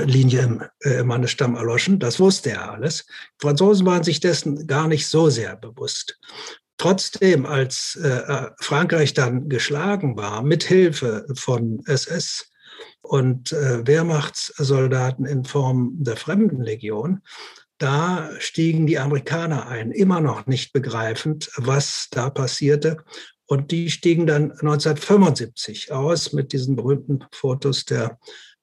im Mannesstamm erloschen. Das wusste er alles. Die Franzosen waren sich dessen gar nicht so sehr bewusst. Trotzdem, als Frankreich dann geschlagen war, mit Hilfe von SS und Wehrmachtssoldaten in Form der Fremdenlegion, da stiegen die Amerikaner ein, immer noch nicht begreifend, was da passierte. Und die stiegen dann 1975 aus mit diesen berühmten Fotos der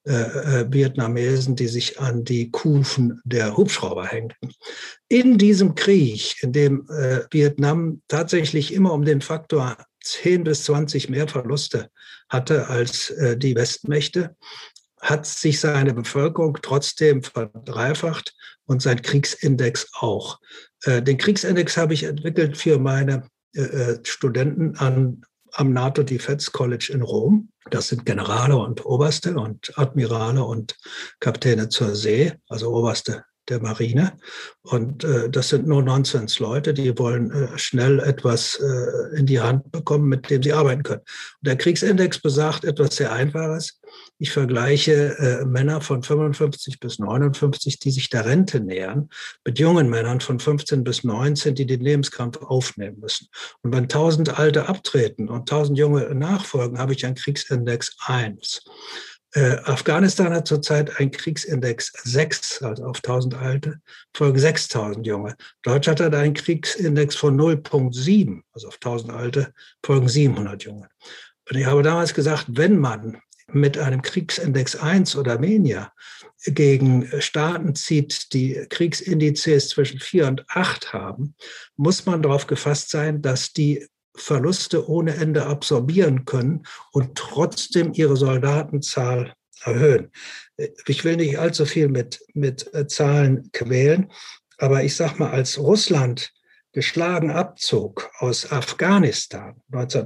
Vietnamesen, die sich an die Kufen der Hubschrauber hängten. In diesem Krieg, in dem Vietnam tatsächlich immer um den Faktor 10 bis 20 mehr Verluste hatte als die Westmächte, hat sich seine Bevölkerung trotzdem verdreifacht und sein Kriegsindex auch. Den Kriegsindex habe ich entwickelt für meine Studenten am NATO Defense College in Rom. Das sind Generale und Oberste und Admirale und Kapitäne zur See, also Oberste der Marine. Und das sind no nonsense Leute, die wollen schnell etwas in die Hand bekommen, mit dem sie arbeiten können. Und der Kriegsindex besagt etwas sehr Einfaches. Ich vergleiche Männer von 55 bis 59, die sich der Rente nähern, mit jungen Männern von 15 bis 19, die den Lebenskampf aufnehmen müssen. Und wenn 1000 Alte abtreten und 1000 Junge nachfolgen, habe ich einen Kriegsindex 1. Afghanistan hat zurzeit einen Kriegsindex 6, also auf 1000 Alte, folgen 6000 Junge. Deutschland hat einen Kriegsindex von 0,7, also auf 1000 Alte, folgen 700 Junge. Und ich habe damals gesagt, wenn man mit einem Kriegsindex 1 oder weniger gegen Staaten zieht, die Kriegsindizes zwischen 4 und 8 haben, muss man darauf gefasst sein, dass die Verluste ohne Ende absorbieren können und trotzdem ihre Soldatenzahl erhöhen. Ich will nicht allzu viel mit Zahlen quälen, aber ich sage mal, als Russland geschlagen abzog aus Afghanistan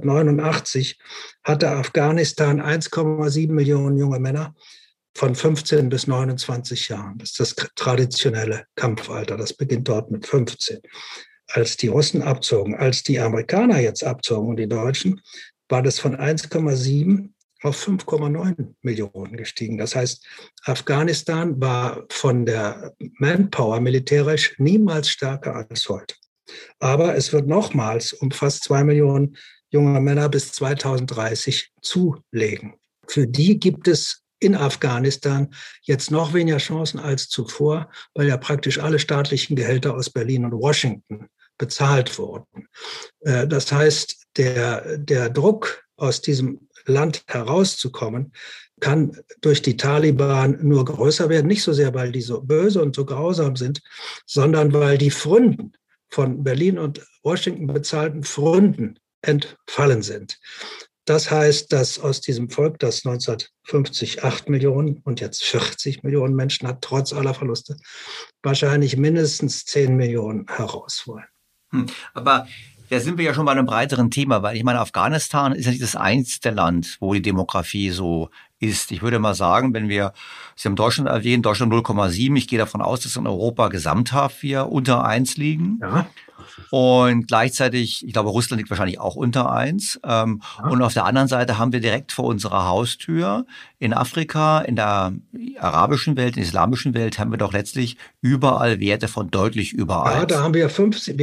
1989, hatte Afghanistan 1,7 Millionen junge Männer von 15 bis 29 Jahren. Das ist das traditionelle Kampfalter. Das beginnt dort mit 15. Als die Russen abzogen, als die Amerikaner jetzt abzogen und die Deutschen, war das von 1,7 auf 5,9 Millionen gestiegen. Das heißt, Afghanistan war von der Manpower militärisch niemals stärker als heute. Aber es wird nochmals um fast 2 Millionen junge Männer bis 2030 zulegen. Für die gibt es in Afghanistan jetzt noch weniger Chancen als zuvor, weil ja praktisch alle staatlichen Gehälter aus Berlin und Washington bezahlt wurden. Das heißt, der Druck, aus diesem Land herauszukommen, kann durch die Taliban nur größer werden. Nicht so sehr, weil die so böse und so grausam sind, sondern weil die Pfründen von Berlin und Washington bezahlten Pfründen entfallen sind. Das heißt, dass aus diesem Volk, das 1950 8 Millionen und jetzt 40 Millionen Menschen hat, trotz aller Verluste, wahrscheinlich mindestens 10 Millionen heraus wollen. Aber da sind wir ja schon bei einem breiteren Thema, weil ich meine, Afghanistan ist ja nicht das einzige Land, wo die Demografie so ist. Ich würde mal sagen, wenn wir, Sie haben Deutschland erwähnt, Deutschland 0,7. Ich gehe davon aus, dass in Europa gesamthaft wir unter 1 liegen. Ja. Und gleichzeitig, ich glaube, Russland liegt wahrscheinlich auch unter 1. Und auf der anderen Seite haben wir direkt vor unserer Haustür in Afrika, in der arabischen Welt, in der islamischen Welt, haben wir doch letztlich überall Werte von deutlich über 1. Ja, da haben wir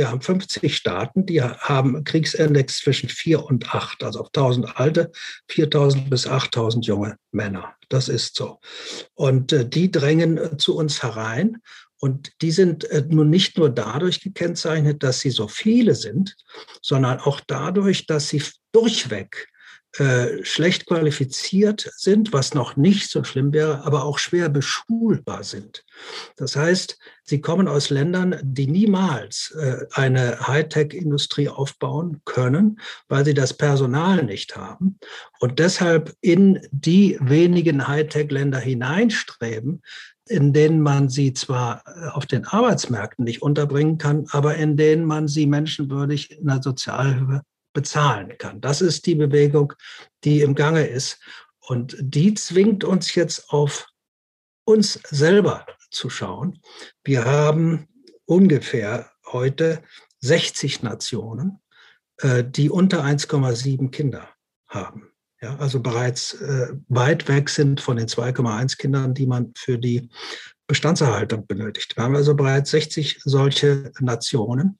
50 Staaten, die haben Kriegsindex zwischen 4 und 8, also auf 1000 Alte, 4000 bis 8000 junge Männer. Das ist so. Und die drängen zu uns herein. Und die sind nun nicht nur dadurch gekennzeichnet, dass sie so viele sind, sondern auch dadurch, dass sie durchweg schlecht qualifiziert sind, was noch nicht so schlimm wäre, aber auch schwer beschulbar sind. Das heißt, sie kommen aus Ländern, die niemals eine Hightech-Industrie aufbauen können, weil sie das Personal nicht haben und deshalb in die wenigen Hightech-Länder hineinstreben, in denen man sie zwar auf den Arbeitsmärkten nicht unterbringen kann, aber in denen man sie menschenwürdig in der Sozialhilfe bezahlen kann. Das ist die Bewegung, die im Gange ist. Und die zwingt uns jetzt auf uns selber zu schauen. Wir haben ungefähr heute 60 Nationen, die unter 1,7 Kinder haben. Ja, also bereits weit weg sind von den 2,1 Kindern, die man für die Bestandserhaltung benötigt. Wir haben also bereits 60 solche Nationen,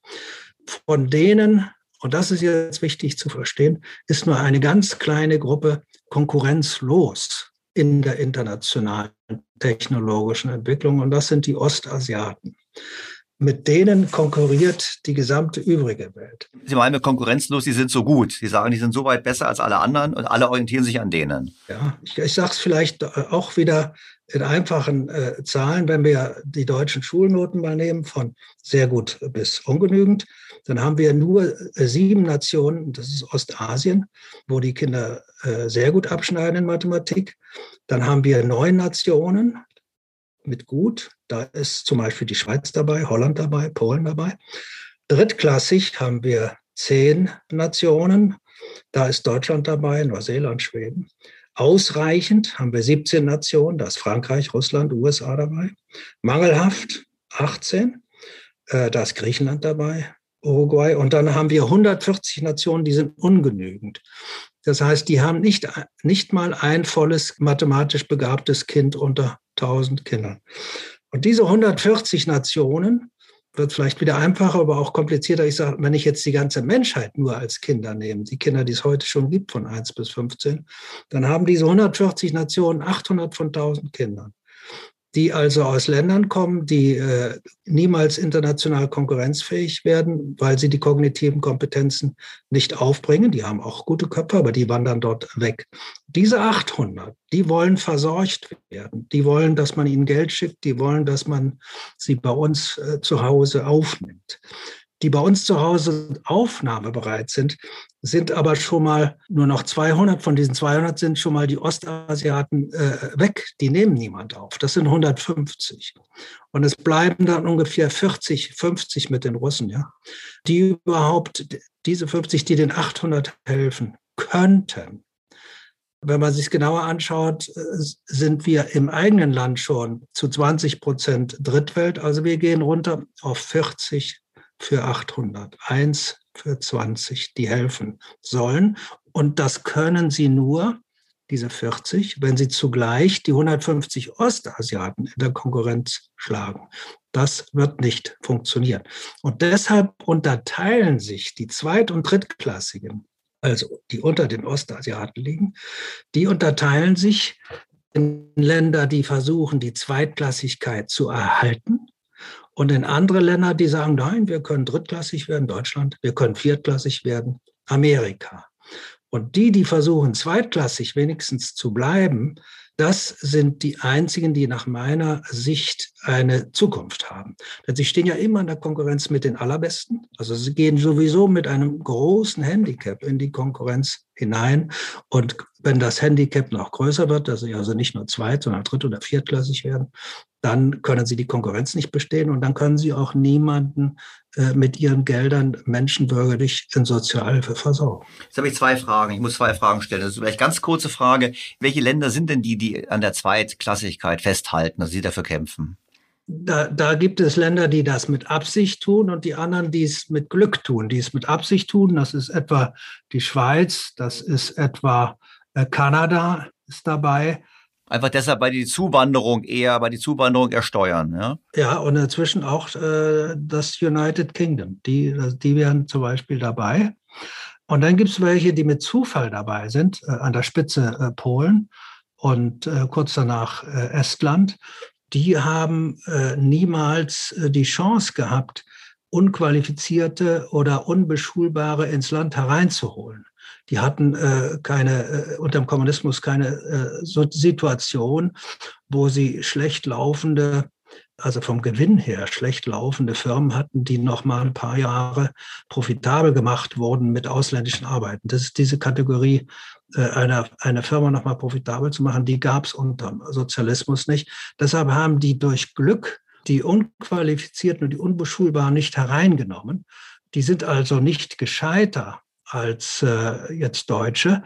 von denen, und das ist jetzt wichtig zu verstehen, ist nur eine ganz kleine Gruppe konkurrenzlos in der internationalen technologischen Entwicklung, und das sind die Ostasiaten. Mit denen konkurriert die gesamte übrige Welt. Sie meinen konkurrenzlos, die sind so gut. Sie sagen, die sind so weit besser als alle anderen und alle orientieren sich an denen. Ja, ich sage es vielleicht auch wieder in einfachen Zahlen. Wenn wir die deutschen Schulnoten mal nehmen, von sehr gut bis ungenügend, dann haben wir nur 7 Nationen, das ist Ostasien, wo die Kinder sehr gut abschneiden in Mathematik. Dann haben wir 9 Nationen mit gut. Da ist zum Beispiel die Schweiz dabei, Holland dabei, Polen dabei. Drittklassig haben wir 10 Nationen. Da ist Deutschland dabei, Neuseeland, Schweden. Ausreichend haben wir 17 Nationen. Da ist Frankreich, Russland, USA dabei. Mangelhaft 18. Da ist Griechenland dabei, Uruguay. Und dann haben wir 140 Nationen, die sind ungenügend. Das heißt, die haben nicht mal ein volles mathematisch begabtes Kind unter 1000 Kindern. Und diese 140 Nationen, wird vielleicht wieder einfacher, aber auch komplizierter. Ich sage, wenn ich jetzt die ganze Menschheit nur als Kinder nehme, die Kinder, die es heute schon gibt, von 1 bis 15, dann haben diese 140 Nationen 800 von 1000 Kindern, die also aus Ländern kommen, die niemals international konkurrenzfähig werden, weil sie die kognitiven Kompetenzen nicht aufbringen. Die haben auch gute Köpfe, aber die wandern dort weg. Diese 800, die wollen versorgt werden. Die wollen, dass man ihnen Geld schickt. Die wollen, dass man sie bei uns zu Hause aufnimmt. Die bei uns zu Hause aufnahmebereit sind aber schon mal nur noch 200. Von diesen 200 sind schon mal die Ostasiaten weg. Die nehmen niemand auf. Das sind 150. Und es bleiben dann ungefähr 40, 50 mit den Russen, ja, die überhaupt, diese 50, die den 800 helfen könnten. Wenn man sich genauer anschaut, sind wir im eigenen Land schon zu 20% Drittwelt. Also wir gehen runter auf 40 für 800, 1 für 20, die helfen sollen. Und das können sie nur, diese 40, wenn sie zugleich die 150 Ostasiaten in der Konkurrenz schlagen. Das wird nicht funktionieren. Und deshalb unterteilen sich die Zweit- und Drittklassigen also die unter den Ostasiaten liegen, die unterteilen sich in Länder, die versuchen, die Zweitklassigkeit zu erhalten, und in andere Länder, die sagen, nein, wir können drittklassig werden, Deutschland, wir können viertklassig werden, Amerika. Und die versuchen, zweitklassig wenigstens zu bleiben, das sind die einzigen, die nach meiner Sicht eine Zukunft haben. Denn sie stehen ja immer in der Konkurrenz mit den Allerbesten. Also sie gehen sowieso mit einem großen Handicap in die Konkurrenz hinein. Und wenn das Handicap noch größer wird, dass sie also nicht nur zweit-, sondern dritt- oder viertklassig werden, dann können sie die Konkurrenz nicht bestehen und dann können sie auch niemanden mit ihren Geldern menschenwürdig in Sozialhilfe versorgen. Jetzt habe ich 2 Fragen. Ich muss 2 Fragen stellen. Das ist vielleicht ganz kurze Frage. Welche Länder sind denn die an der Zweitklassigkeit festhalten, also die dafür kämpfen? Da gibt es Länder, die das mit Absicht tun und die anderen, die es mit Glück tun. Die es mit Absicht tun, das ist etwa die Schweiz, das ist etwa Kanada ist dabei. Einfach deshalb, weil die Zuwanderung eher steuern, ja? Ja, und inzwischen auch das United Kingdom. Die wären zum Beispiel dabei. Und dann gibt es welche, die mit Zufall dabei sind, an der Spitze Polen und kurz danach Estland. Die haben niemals die Chance gehabt, Unqualifizierte oder Unbeschulbare ins Land hereinzuholen. Die hatten unter dem Kommunismus keine Situation, wo sie schlecht laufende, also vom Gewinn her schlecht laufende Firmen hatten, die noch mal ein paar Jahre profitabel gemacht wurden mit ausländischen Arbeiten. Das ist diese Kategorie, eine Firma noch mal profitabel zu machen, die gab es unter Sozialismus nicht. Deshalb haben die durch Glück die Unqualifizierten und die Unbeschulbaren nicht hereingenommen. Die sind also nicht gescheiter als jetzt Deutsche,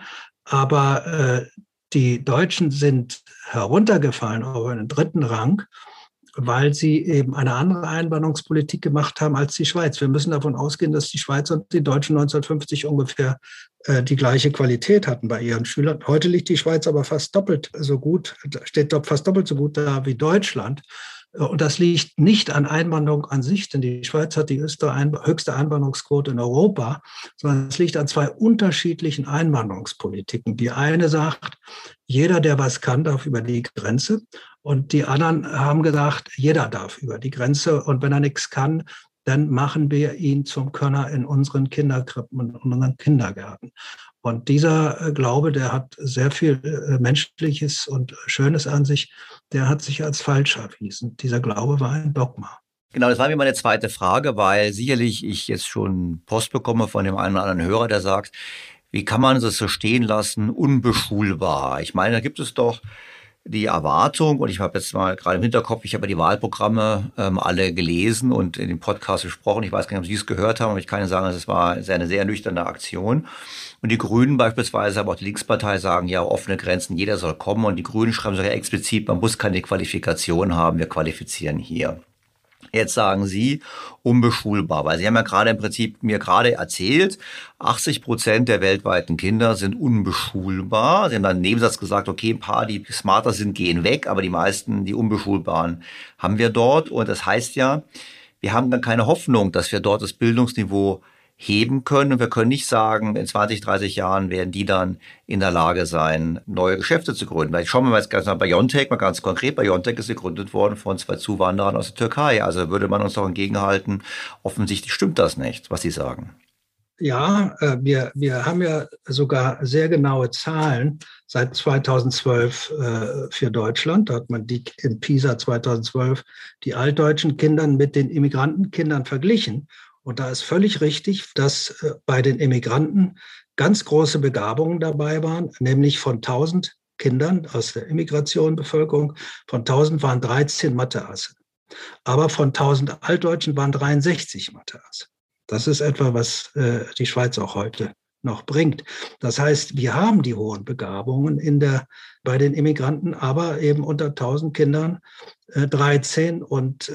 aber die Deutschen sind heruntergefallen auf einen 3. Rang, weil sie eben eine andere Einwanderungspolitik gemacht haben als die Schweiz. Wir müssen davon ausgehen, dass die Schweiz und die Deutschen 1950 ungefähr die gleiche Qualität hatten bei ihren Schülern. Heute liegt die Schweiz aber fast doppelt so gut, steht fast doppelt so gut da wie Deutschland. Und das liegt nicht an Einwanderung an sich, denn die Schweiz hat die höchste Einwanderungsquote in Europa, sondern es liegt an 2 unterschiedlichen Einwanderungspolitiken. Die eine sagt, jeder, der was kann, darf über die Grenze. Und die anderen haben gesagt, jeder darf über die Grenze. Und wenn er nichts kann, dann machen wir ihn zum Könner in unseren Kinderkrippen und unseren Kindergärten. Und dieser Glaube, der hat sehr viel Menschliches und Schönes an sich, der hat sich als falsch erwiesen. Dieser Glaube war ein Dogma. Genau, das war mir meine zweite Frage, weil sicherlich ich jetzt schon Post bekomme von dem einen oder anderen Hörer, der sagt, wie kann man das so stehen lassen, unbeschulbar? Ich meine, da gibt es doch die Erwartung, und ich habe jetzt mal gerade im Hinterkopf, ich habe die Wahlprogramme alle gelesen und in dem Podcast gesprochen. Ich weiß gar nicht, ob Sie es gehört haben, aber ich kann Ihnen sagen, es war eine sehr nüchterne Aktion. Und die Grünen beispielsweise, aber auch die Linkspartei sagen, ja, offene Grenzen, jeder soll kommen. Und die Grünen schreiben sogar explizit, man muss keine Qualifikation haben, wir qualifizieren hier. Jetzt sagen Sie unbeschulbar, weil Sie haben ja gerade im Prinzip mir gerade erzählt, 80% der weltweiten Kinder sind unbeschulbar. Sie haben dann im Nebensatz gesagt, okay, ein paar, die smarter sind, gehen weg, aber die meisten, die Unbeschulbaren, haben wir dort. Und das heißt ja, wir haben dann keine Hoffnung, dass wir dort das Bildungsniveau heben können. Und wir können nicht sagen, in 20, 30 Jahren werden die dann in der Lage sein, neue Geschäfte zu gründen. Weil schauen wir mal jetzt ganz nach BioNTech, mal ganz konkret. BioNTech ist gegründet worden von 2 Zuwanderern aus der Türkei. Also würde man uns doch entgegenhalten, offensichtlich stimmt das nicht, was Sie sagen. Ja, wir haben ja sogar sehr genaue Zahlen seit 2012 für Deutschland. Da hat man die in PISA 2012 die altdeutschen Kinder mit den Immigrantenkindern verglichen. Und da ist völlig richtig, dass bei den Immigranten ganz große Begabungen dabei waren, nämlich von 1000 Kindern aus der Immigration-Bevölkerung, von 1000 waren 13 Matheasse. Aber von 1000 Altdeutschen waren 63 Matheasse. Das ist etwa, was die Schweiz auch heute noch bringt. Das heißt, wir haben die hohen Begabungen bei den Immigranten, aber eben unter 1000 Kindern 13 und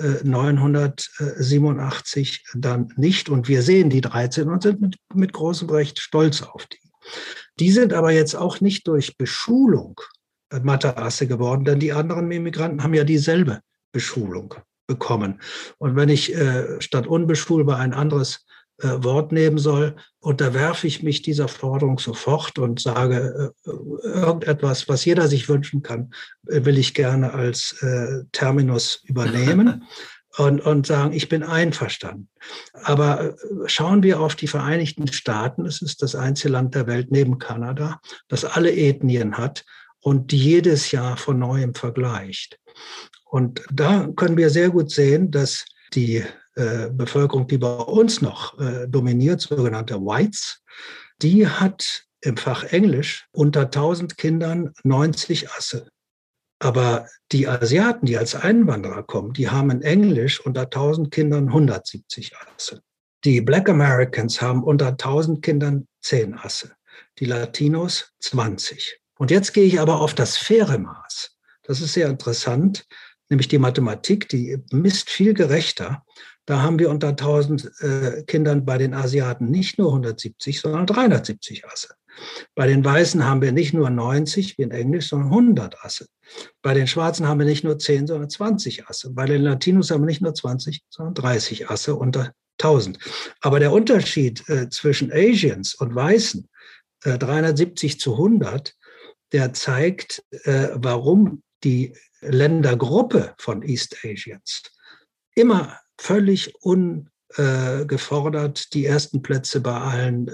987 dann nicht. Und wir sehen die 13 und sind mit großem Recht stolz auf die. Die sind aber jetzt auch nicht durch Beschulung Matheasse geworden, denn die anderen Immigranten haben ja dieselbe Beschulung bekommen. Und wenn ich statt unbeschulbar ein anderes Wort nehmen soll, unterwerfe ich mich dieser Forderung sofort und sage, irgendetwas, was jeder sich wünschen kann, will ich gerne als Terminus übernehmen und sagen, ich bin einverstanden. Aber schauen wir auf die Vereinigten Staaten. Es ist das einzige Land der Welt neben Kanada, das alle Ethnien hat und die jedes Jahr von Neuem vergleicht. Und da können wir sehr gut sehen, dass die Bevölkerung, die bei uns noch dominiert, sogenannte Whites, die hat im Fach Englisch unter 1000 Kindern 90 Asse. Aber die Asiaten, die als Einwanderer kommen, die haben in Englisch unter 1000 Kindern 170 Asse. Die Black Americans haben unter 1000 Kindern 10 Asse. Die Latinos 20. Und jetzt gehe ich aber auf das faire Maß. Das ist sehr interessant, nämlich die Mathematik, die misst viel gerechter. Da haben wir unter 1000 Kindern bei den Asiaten nicht nur 170, sondern 370 Asse. Bei den Weißen haben wir nicht nur 90 wie in Englisch, sondern 100 Asse. Bei den Schwarzen haben wir nicht nur 10, sondern 20 Asse. Bei den Latinos haben wir nicht nur 20, sondern 30 Asse unter 1000. Aber der Unterschied zwischen Asians und Weißen, 370 zu 100, der zeigt, warum die Ländergruppe von East Asians immer völlig ungefordert die ersten Plätze bei allen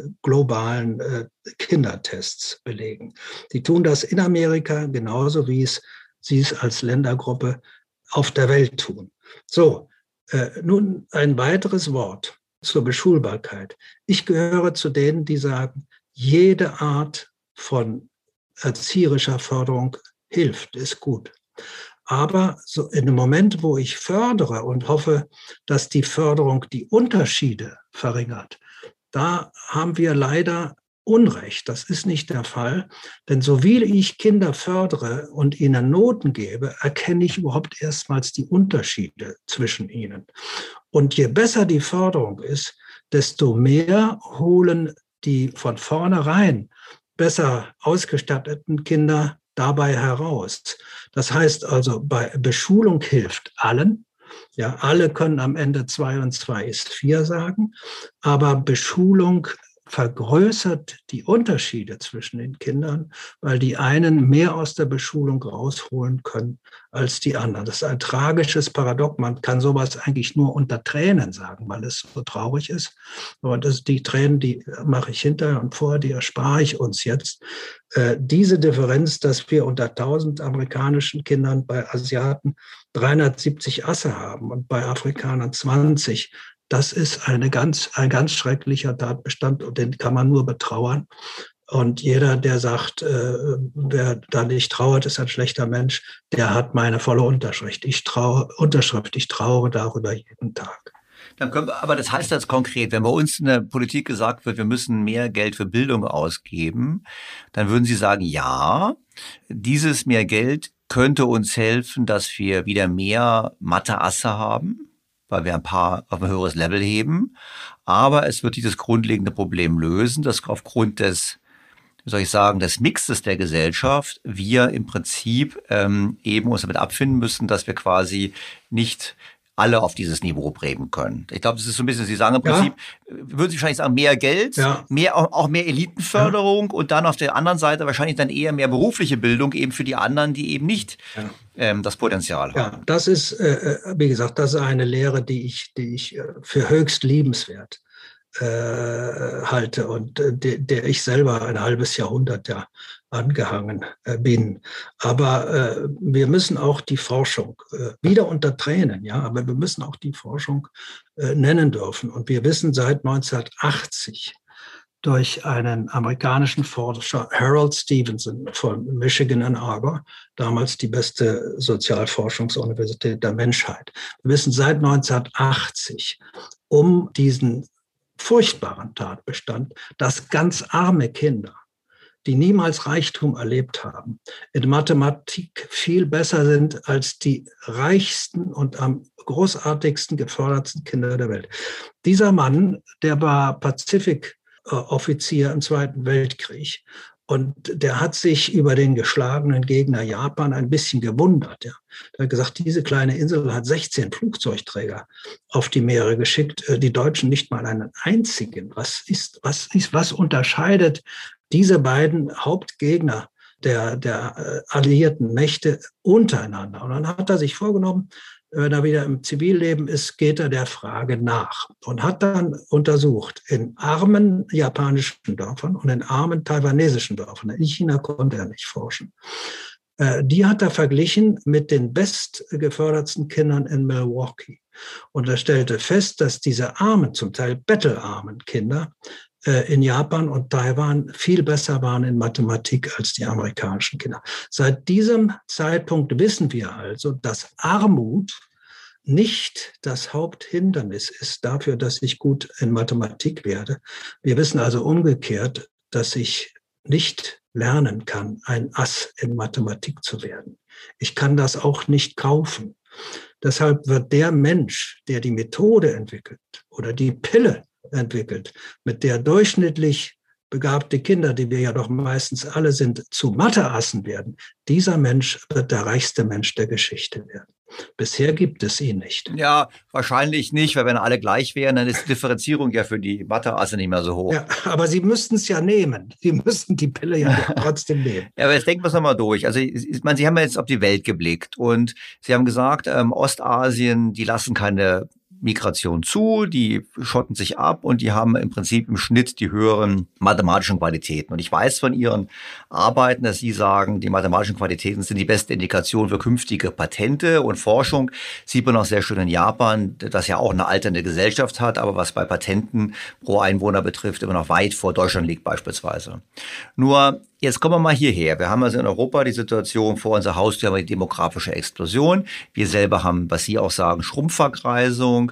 globalen Kindertests belegen. Die tun das in Amerika genauso, wie sie es als Ländergruppe auf der Welt tun. So, nun ein weiteres Wort zur Beschulbarkeit. Ich gehöre zu denen, die sagen, jede Art von erzieherischer Förderung hilft, ist gut. Aber so in dem Moment, wo ich fördere und hoffe, dass die Förderung die Unterschiede verringert, da haben wir leider Unrecht. Das ist nicht der Fall. Denn so wie ich Kinder fördere und ihnen Noten gebe, erkenne ich überhaupt erstmals die Unterschiede zwischen ihnen. Und je besser die Förderung ist, desto mehr holen die von vornherein besser ausgestatteten Kinder dabei heraus. Das heißt also, bei Beschulung hilft allen. Ja, alle können am Ende 2 und 2 ist 4 sagen, aber Beschulung vergrößert die Unterschiede zwischen den Kindern, weil die einen mehr aus der Beschulung rausholen können als die anderen. Das ist ein tragisches Paradox. Man kann sowas eigentlich nur unter Tränen sagen, weil es so traurig ist. Aber die Tränen, die mache ich hinterher und vorher, die erspare ich uns jetzt. Diese Differenz, dass wir unter 1000 amerikanischen Kindern bei Asiaten 370 Asse haben und bei Afrikanern 20, das ist ein ganz schrecklicher Tatbestand und den kann man nur betrauern. Und jeder, der sagt, wer da nicht trauert, ist ein schlechter Mensch, der hat meine volle Unterschrift. Ich trauere darüber jeden Tag. Aber das heißt jetzt konkret, wenn bei uns in der Politik gesagt wird, wir müssen mehr Geld für Bildung ausgeben, dann würden Sie sagen, ja, dieses mehr Geld könnte uns helfen, dass wir wieder mehr Mathe-Asse haben, weil wir ein paar auf ein höheres Level heben. Aber es wird dieses grundlegende Problem lösen, dass aufgrund des, des Mixes der Gesellschaft wir im Prinzip eben uns damit abfinden müssen, dass wir quasi nicht alle auf dieses Niveau bringen können. Ich glaube, das ist so ein bisschen, Sie sagen im Prinzip, würden Sie wahrscheinlich sagen, mehr Geld, auch mehr Elitenförderung und dann auf der anderen Seite wahrscheinlich dann eher mehr berufliche Bildung eben für die anderen, die eben nicht das Potenzial haben. Ja, das ist, wie gesagt, das ist eine Lehre, die ich für höchst liebenswert halte und der ich selber ein halbes Jahrhundert angehangen bin. Aber wir müssen auch die Forschung wieder unter Tränen, aber wir müssen auch die Forschung nennen dürfen. Und wir wissen seit 1980 durch einen amerikanischen Forscher, Harold Stevenson von Michigan Ann Arbor, damals die beste Sozialforschungsuniversität der Menschheit. Wir wissen seit 1980 um diesen furchtbaren Tatbestand, dass ganz arme Kinder, die niemals Reichtum erlebt haben, in Mathematik viel besser sind als die reichsten und am großartigsten gefördertsten Kinder der Welt. Dieser Mann, der war Pazifikoffizier im Zweiten Weltkrieg Und der hat sich über den geschlagenen Gegner Japan ein bisschen gewundert. Ja. Er hat gesagt, diese kleine Insel hat 16 Flugzeugträger auf die Meere geschickt, die Deutschen nicht mal einen einzigen. Was unterscheidet diese beiden Hauptgegner der alliierten Mächte untereinander? Und dann hat er sich vorgenommen, wenn er wieder im Zivilleben ist, geht er der Frage nach und hat dann untersucht in armen japanischen Dörfern und in armen taiwanesischen Dörfern. In China konnte er nicht forschen. Die hat er verglichen mit den bestgefördertsten Kindern in Milwaukee. Und er stellte fest, dass diese armen, zum Teil bettelarmen Kinder in Japan und Taiwan viel besser waren in Mathematik als die amerikanischen Kinder. Seit diesem Zeitpunkt wissen wir also, dass Armut nicht das Haupthindernis ist dafür, dass ich gut in Mathematik werde. Wir wissen also umgekehrt, dass ich nicht lernen kann, ein Ass in Mathematik zu werden. Ich kann das auch nicht kaufen. Deshalb wird der Mensch, der die Methode entwickelt oder die Pille entwickelt, mit der durchschnittlich begabte Kinder, die wir ja doch meistens alle sind, zu Matheassen werden, dieser Mensch wird der reichste Mensch der Geschichte werden. Bisher gibt es ihn nicht. Ja, wahrscheinlich nicht, weil wenn alle gleich wären, dann ist die Differenzierung ja für die Matheasse nicht mehr so hoch. Ja, aber sie müssten es ja nehmen. Sie müssten die Pille ja trotzdem nehmen. Ja, aber jetzt denken wir es nochmal durch. Also, ich meine, Sie haben ja jetzt auf die Welt geblickt und Sie haben gesagt, Ostasien, die lassen keine Migration zu, die schotten sich ab und die haben im Prinzip im Schnitt die höheren mathematischen Qualitäten. Und ich weiß von Ihren Arbeiten, dass Sie sagen, die mathematischen Qualitäten sind die beste Indikation für künftige Patente und Forschung. Sieht man auch sehr schön in Japan, das ja auch eine alternde Gesellschaft hat, aber was bei Patenten pro Einwohner betrifft, immer noch weit vor Deutschland liegt beispielsweise. Nur jetzt kommen wir mal hierher. Wir haben also in Europa die Situation vor unserer Haustür, haben wir die demografische Explosion. Wir selber haben, was Sie auch sagen, Schrumpfverkreisung.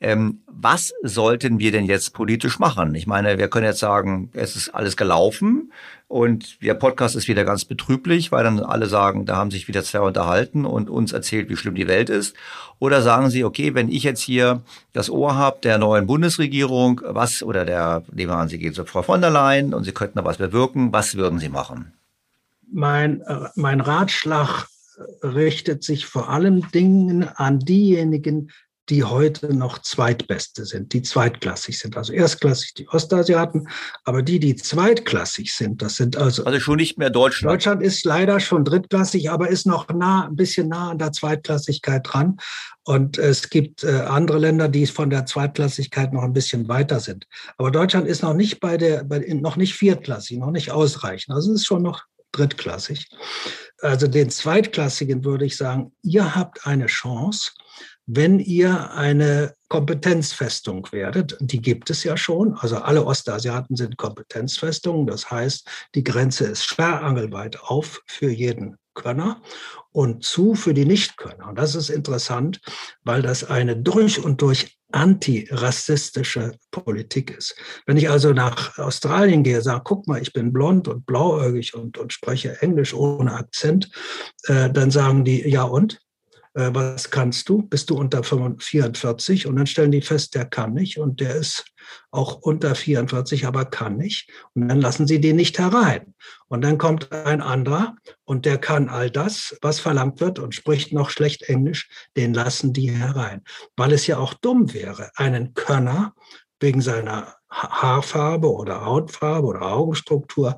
Was sollten wir denn jetzt politisch machen? Ich meine, wir können jetzt sagen, es ist alles gelaufen und der Podcast ist wieder ganz betrüblich, weil dann alle sagen, da haben sich wieder zwei unterhalten und uns erzählt, wie schlimm die Welt ist. Oder sagen Sie, okay, wenn ich jetzt hier das Ohr habe der neuen Bundesregierung, nehmen wir an, Sie gehen zu Frau von der Leyen und Sie könnten da was bewirken, was würden Sie machen? Mein Ratschlag richtet sich vor allem Dingen an diejenigen, die heute noch Zweitbeste sind, die zweitklassig sind. Also erstklassig die Ostasiaten, aber die zweitklassig sind, das sind also schon nicht mehr Deutschland. Deutschland ist leider schon drittklassig, aber ist noch ein bisschen nah an der Zweitklassigkeit dran. Und es gibt andere Länder, die von der Zweitklassigkeit noch ein bisschen weiter sind. Aber Deutschland ist noch nicht noch nicht viertklassig, noch nicht ausreichend. Also es ist schon noch drittklassig. Also den Zweitklassigen würde ich sagen, ihr habt eine Chance, wenn ihr eine Kompetenzfestung werdet. Die gibt es ja schon. Also alle Ostasiaten sind Kompetenzfestungen. Das heißt, die Grenze ist sperrangelweit auf für jeden Könner und zu für die Nichtkönner. Und das ist interessant, weil das eine durch und durch antirassistische Politik ist. Wenn ich also nach Australien gehe, sage, guck mal, ich bin blond und blauäugig und spreche Englisch ohne Akzent, dann sagen die, ja und? Was kannst du? Bist du unter 44? Und dann stellen die fest, der kann nicht und der ist auch unter 44, aber kann nicht. Und dann lassen sie den nicht herein. Und dann kommt ein anderer und der kann all das, was verlangt wird und spricht noch schlecht Englisch, den lassen die herein. Weil es ja auch dumm wäre, einen Könner wegen seiner Haarfarbe oder Hautfarbe oder Augenstruktur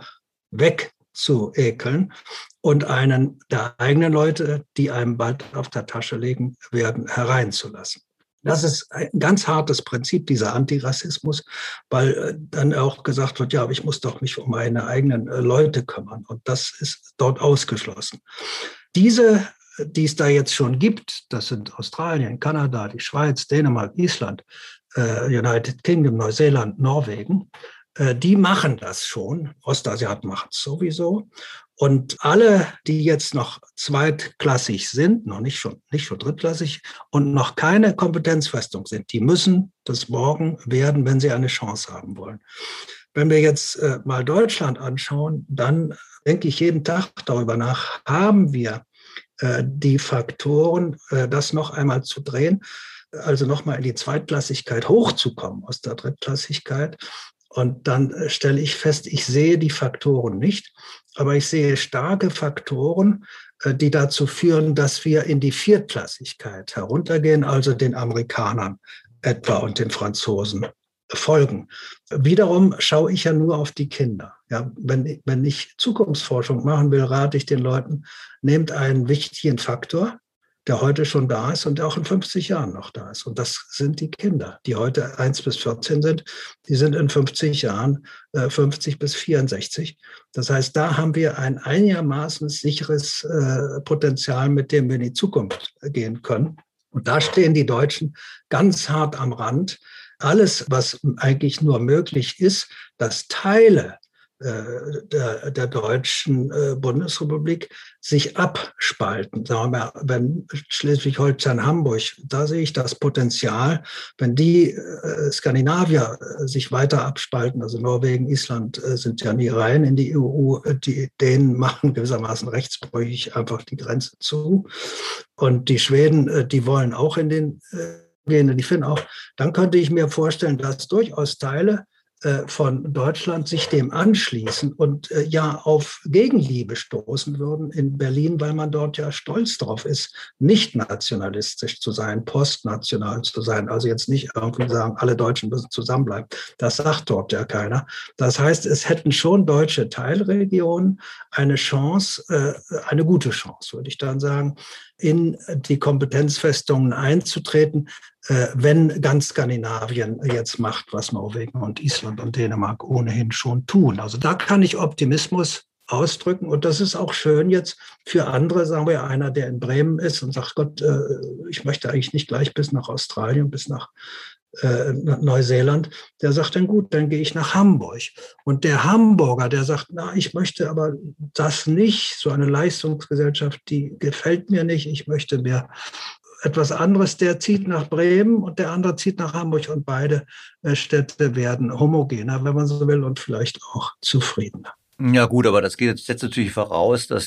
wegzuekeln und einen der eigenen Leute, die einem bald auf der Tasche liegen werden, hereinzulassen. Das ist ein ganz hartes Prinzip, dieser Antirassismus, weil dann auch gesagt wird, ja, aber ich muss doch mich um meine eigenen Leute kümmern. Und das ist dort ausgeschlossen. Diese, die es da jetzt schon gibt, das sind Australien, Kanada, die Schweiz, Dänemark, Island, United Kingdom, Neuseeland, Norwegen, die machen das schon. Ostasiaten machen es sowieso. Und alle, die jetzt noch zweitklassig sind, noch nicht schon drittklassig und noch keine Kompetenzfestung sind, die müssen das morgen werden, wenn sie eine Chance haben wollen. Wenn wir jetzt mal Deutschland anschauen, dann denke ich jeden Tag darüber nach, haben wir die Faktoren, das noch einmal zu drehen, also nochmal in die Zweitklassigkeit hochzukommen aus der Drittklassigkeit. Und dann stelle ich fest, ich sehe die Faktoren nicht, aber ich sehe starke Faktoren, die dazu führen, dass wir in die Viertklassigkeit heruntergehen, also den Amerikanern etwa und den Franzosen folgen. Wiederum schaue ich ja nur auf die Kinder. Ja, wenn ich Zukunftsforschung machen will, rate ich den Leuten, nehmt einen wichtigen Faktor, der heute schon da ist und der auch in 50 Jahren noch da ist. Und das sind die Kinder, die heute 1 bis 14 sind. Die sind in 50 Jahren 50 bis 64. Das heißt, da haben wir ein einigermaßen sicheres Potenzial, mit dem wir in die Zukunft gehen können. Und da stehen die Deutschen ganz hart am Rand. Alles, was eigentlich nur möglich ist, dass Teile der deutschen Bundesrepublik sich abspalten. Sagen wir mal, wenn Schleswig-Holstein, Hamburg, da sehe ich das Potenzial, wenn die Skandinavier sich weiter abspalten, also Norwegen, Island sind ja nie rein in die EU, denen machen gewissermaßen rechtsbrüchig einfach die Grenze zu. Und die Schweden, die wollen auch in den gehen, und ich finde auch, dann könnte ich mir vorstellen, dass durchaus Teile von Deutschland sich dem anschließen und ja auf Gegenliebe stoßen würden in Berlin, weil man dort ja stolz drauf ist, nicht nationalistisch zu sein, postnational zu sein. Also jetzt nicht irgendwie sagen, alle Deutschen müssen zusammenbleiben. Das sagt dort ja keiner. Das heißt, es hätten schon deutsche Teilregionen eine Chance, eine gute Chance, würde ich dann sagen, in die Kompetenzfestungen einzutreten, wenn ganz Skandinavien jetzt macht, was Norwegen und Island und Dänemark ohnehin schon tun. Also da kann ich Optimismus ausdrücken. Und das ist auch schön jetzt für andere, sagen wir, einer, der in Bremen ist und sagt, Gott, ich möchte eigentlich nicht gleich bis nach Australien, bis nach Neuseeland, der sagt dann gut, dann gehe ich nach Hamburg. Und der Hamburger, der sagt, na, ich möchte aber das nicht, so eine Leistungsgesellschaft, die gefällt mir nicht, ich möchte mehr etwas anderes, der zieht nach Bremen und der andere zieht nach Hamburg und beide Städte werden homogener, wenn man so will, und vielleicht auch zufriedener. Ja gut, aber das setzt natürlich voraus, dass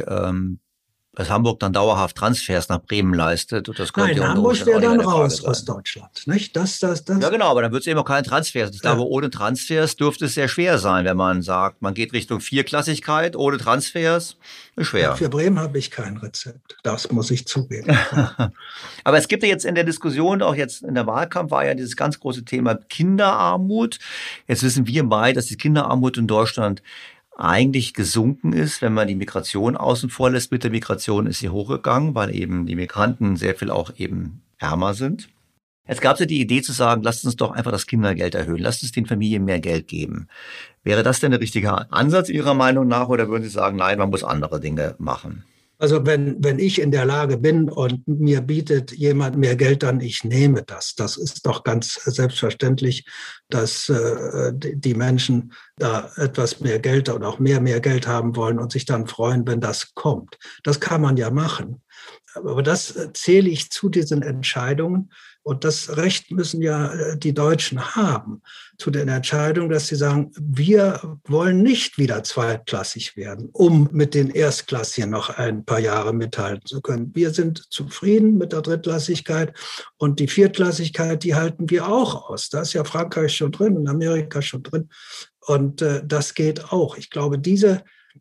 dass Hamburg dann dauerhaft Transfers nach Bremen leistet. Und das könnte Nein, Hamburg wäre dann raus aus Deutschland. Nicht? Das. Ja genau, aber dann wird es eben auch keine Transfers. Ich glaube, ohne Transfers dürfte es sehr schwer sein, wenn man sagt, man geht Richtung Vierklassigkeit, ohne Transfers, ist schwer. Ja, für Bremen habe ich kein Rezept, das muss ich zugeben. Aber es gibt ja jetzt in der Diskussion, auch jetzt in der Wahlkampf, war ja dieses ganz große Thema Kinderarmut. Jetzt wissen wir beide, dass die Kinderarmut in Deutschland eigentlich gesunken ist, wenn man die Migration außen vor lässt. Mit der Migration ist sie hochgegangen, weil eben die Migranten sehr viel auch eben ärmer sind. Jetzt gab es ja die Idee zu sagen, lasst uns doch einfach das Kindergeld erhöhen, lasst uns den Familien mehr Geld geben. Wäre das denn der richtige Ansatz Ihrer Meinung nach, oder würden Sie sagen, nein, man muss andere Dinge machen? Also wenn ich in der Lage bin und mir bietet jemand mehr Geld an, ich nehme das. Das ist doch ganz selbstverständlich, dass die Menschen da etwas mehr Geld oder auch mehr Geld haben wollen und sich dann freuen, wenn das kommt. Das kann man ja machen. Aber das zähle ich zu diesen Entscheidungen. Und das Recht müssen ja die Deutschen haben, zu den Entscheidungen, dass sie sagen, wir wollen nicht wieder zweitklassig werden, um mit den Erstklassigen noch ein paar Jahre mithalten zu können. Wir sind zufrieden mit der Drittklassigkeit und die Viertklassigkeit, die halten wir auch aus. Da ist ja Frankreich schon drin und Amerika schon drin. Und das geht auch. Ich glaube, diese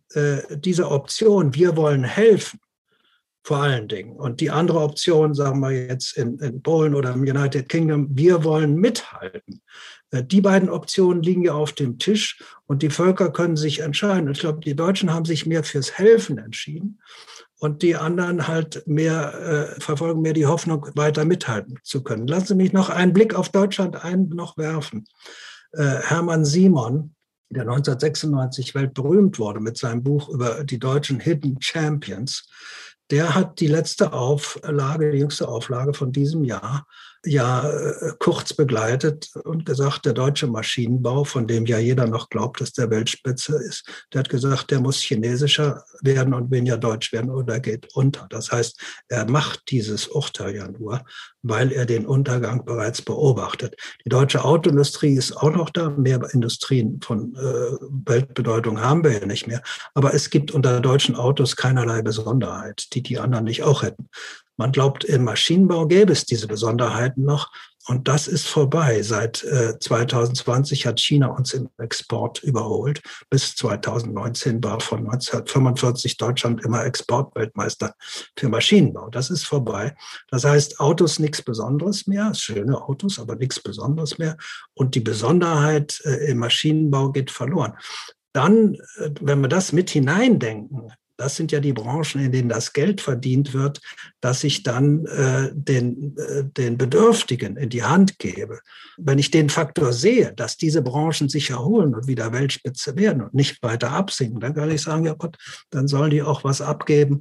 Option, wir wollen helfen, vor allen Dingen. Und die andere Option, sagen wir jetzt in Polen oder im United Kingdom, wir wollen mithalten. Die beiden Optionen liegen ja auf dem Tisch und die Völker können sich entscheiden. Ich glaube, die Deutschen haben sich mehr fürs Helfen entschieden und die anderen halt verfolgen mehr die Hoffnung, weiter mithalten zu können. Lassen Sie mich noch einen Blick auf Deutschland noch werfen. Hermann Simon, der 1996 weltberühmt wurde mit seinem Buch über die deutschen Hidden Champions, der hat die letzte Auflage, die jüngste Auflage von diesem Jahr, kurz begleitet und gesagt, der deutsche Maschinenbau, von dem ja jeder noch glaubt, dass der Weltspitze ist, der hat gesagt, der muss chinesischer werden und weniger deutsch werden oder geht unter. Das heißt, er macht dieses Urteil ja nur, weil er den Untergang bereits beobachtet. Die deutsche Autoindustrie ist auch noch da, mehr Industrien von Weltbedeutung haben wir ja nicht mehr, aber es gibt unter deutschen Autos keinerlei Besonderheit, die anderen nicht auch hätten. Man glaubt, im Maschinenbau gäbe es diese Besonderheiten noch, Und das ist vorbei. Seit 2020 hat China uns im Export überholt. Bis 2019 war von 1945 Deutschland immer Exportweltmeister für Maschinenbau. Das ist vorbei. Das heißt, Autos nichts Besonderes mehr, schöne Autos, aber nichts Besonderes mehr. Und die Besonderheit im Maschinenbau geht verloren. Dann, wenn wir das mit hineindenken, das sind ja die Branchen, in denen das Geld verdient wird, dass ich dann den Bedürftigen in die Hand gebe. Wenn ich den Faktor sehe, dass diese Branchen sich erholen und wieder Weltspitze werden und nicht weiter absinken, dann kann ich sagen, ja Gott, dann sollen die auch was abgeben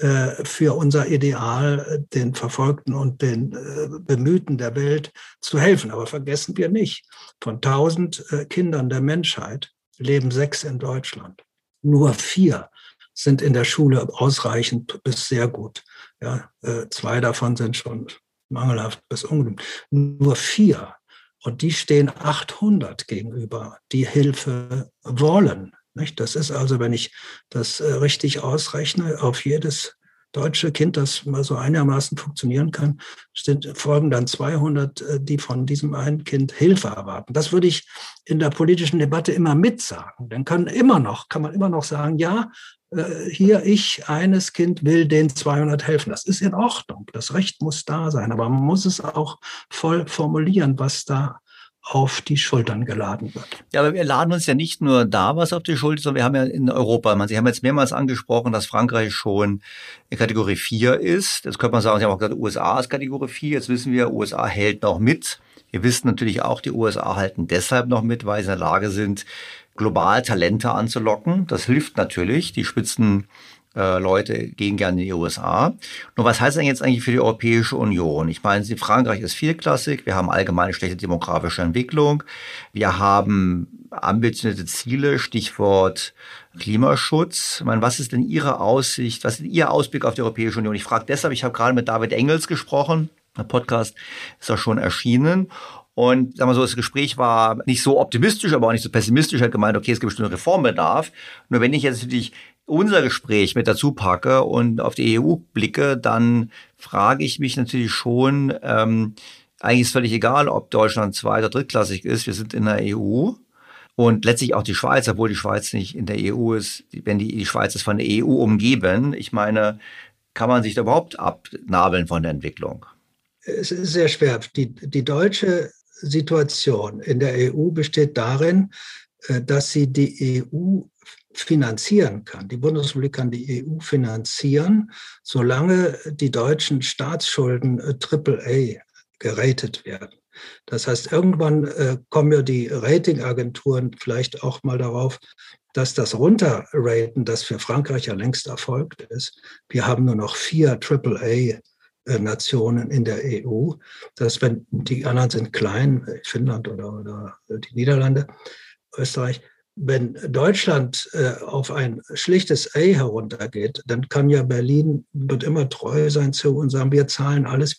für unser Ideal, den Verfolgten und den Bemühten der Welt zu helfen. Aber vergessen wir nicht, von 1000 Kindern der Menschheit leben 6 in Deutschland. Nur 4 sind in der Schule ausreichend bis sehr gut. Ja, 2 davon sind schon mangelhaft bis ungenügend. Nur 4. Und die stehen 800 gegenüber, die Hilfe wollen. Nicht? Das ist also, wenn ich das richtig ausrechne, auf jedes deutsche Kind, das mal so einigermaßen funktionieren kann, folgen dann 200, die von diesem einen Kind Hilfe erwarten. Das würde ich in der politischen Debatte immer mitsagen. Dann kann man immer noch sagen, ja, hier eines Kind will den 200 helfen. Das ist in Ordnung. Das Recht muss da sein. Aber man muss es auch voll formulieren, was da auf die Schultern geladen wird. Ja, aber wir laden uns ja nicht nur da was auf die Schulter, sondern wir haben ja in Europa, Sie haben jetzt mehrmals angesprochen, dass Frankreich schon in Kategorie 4 ist. Jetzt könnte man sagen, Sie haben auch gesagt, USA ist Kategorie 4. Jetzt wissen wir, USA hält noch mit. Wir wissen natürlich auch, die USA halten deshalb noch mit, weil sie in der Lage sind, global Talente anzulocken. Das hilft natürlich. Die Spitzenleute gehen gerne in die USA. Nur was heißt das jetzt eigentlich für die Europäische Union? Ich meine, Frankreich ist vierklassig. Wir haben allgemeine schlechte demografische Entwicklung. Wir haben ambitionierte Ziele, Stichwort Klimaschutz. Ich meine, was ist denn Ihre Aussicht, was ist Ihr Ausblick auf die Europäische Union? Ich frage deshalb, ich habe gerade mit David Engels gesprochen. Der Podcast ist auch schon erschienen. Und sagen wir so, das Gespräch war nicht so optimistisch, aber auch nicht so pessimistisch. Er hat gemeint, okay, es gibt bestimmt Reformbedarf. Nur wenn ich jetzt natürlich unser Gespräch mit dazu packe und auf die EU blicke, dann frage ich mich natürlich schon, eigentlich ist völlig egal, ob Deutschland zweit- oder drittklassig ist. Wir sind in der EU. Und letztlich auch die Schweiz, obwohl die Schweiz nicht in der EU ist, wenn die Schweiz ist von der EU umgeben. Ich meine, kann man sich da überhaupt abnabeln von der Entwicklung? Es ist sehr schwer. Die deutsche Situation in der EU besteht darin, dass sie die EU finanzieren kann. Die Bundesrepublik kann die EU finanzieren, solange die deutschen Staatsschulden AAA geratet werden. Das heißt, irgendwann kommen ja die Ratingagenturen vielleicht auch mal darauf, dass das Runterraten, das für Frankreich ja längst erfolgt ist, wir haben nur noch 4 AAA-Nationen in der EU, dass wenn die anderen sind klein, Finnland oder die Niederlande, Österreich, wenn Deutschland auf ein schlichtes A heruntergeht, dann kann ja Berlin, wird immer treu sein zu und sagen, wir zahlen alles.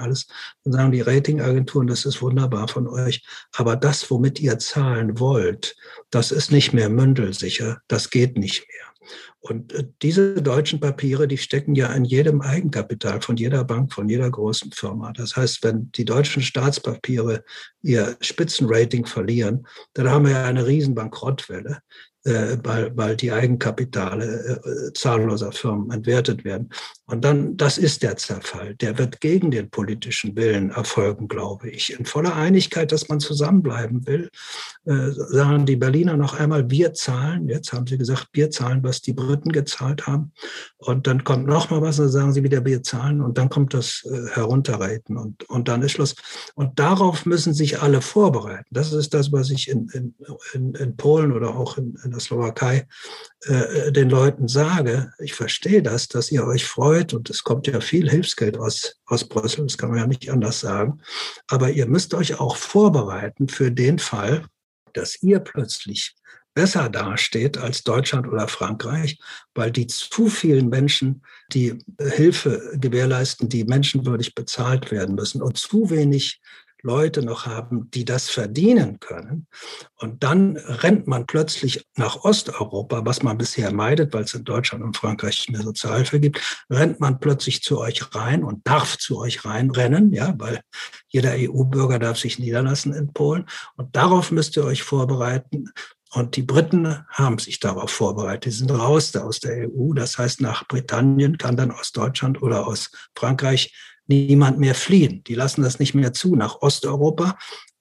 Dann sagen die Ratingagenturen, das ist wunderbar von euch. Aber das, womit ihr zahlen wollt, das ist nicht mehr mündelsicher, das geht nicht mehr. Und diese deutschen Papiere, die stecken ja in jedem Eigenkapital von jeder Bank, von jeder großen Firma. Das heißt, wenn die deutschen Staatspapiere ihr Spitzenrating verlieren, dann haben wir ja eine riesen Bankrottwelle, weil die Eigenkapitale zahlloser Firmen entwertet werden. Und dann, das ist der Zerfall. Der wird gegen den politischen Willen erfolgen, glaube ich. In voller Einigkeit, dass man zusammenbleiben will, sagen die Berliner noch einmal, wir zahlen. Jetzt haben sie gesagt, wir zahlen, was die Briten gezahlt haben. Und dann kommt noch mal was, und dann sagen sie wieder, wir zahlen. Und dann kommt das Herunterraten und dann ist Schluss. Und darauf müssen sich alle vorbereiten. Das ist das, was ich in Polen oder auch in der Slowakei den Leuten sage. Ich verstehe das, dass ihr euch freut und es kommt ja viel Hilfsgeld aus Brüssel, das kann man ja nicht anders sagen. Aber ihr müsst euch auch vorbereiten für den Fall, dass ihr plötzlich besser dasteht als Deutschland oder Frankreich, weil die zu vielen Menschen, die Hilfe gewährleisten, die menschenwürdig bezahlt werden müssen und zu wenig Leute noch haben, die das verdienen können. Und dann rennt man plötzlich nach Osteuropa, was man bisher meidet, weil es in Deutschland und Frankreich nicht mehr Sozialhilfe gibt, rennt man plötzlich zu euch rein und darf zu euch reinrennen, ja, weil jeder EU-Bürger darf sich niederlassen in Polen. Und darauf müsst ihr euch vorbereiten. Und die Briten haben sich darauf vorbereitet. Die sind raus aus der EU. Das heißt, nach Britannien kann dann aus Deutschland oder aus Frankreich niemand mehr fliehen. Die lassen das nicht mehr zu. Nach Osteuropa,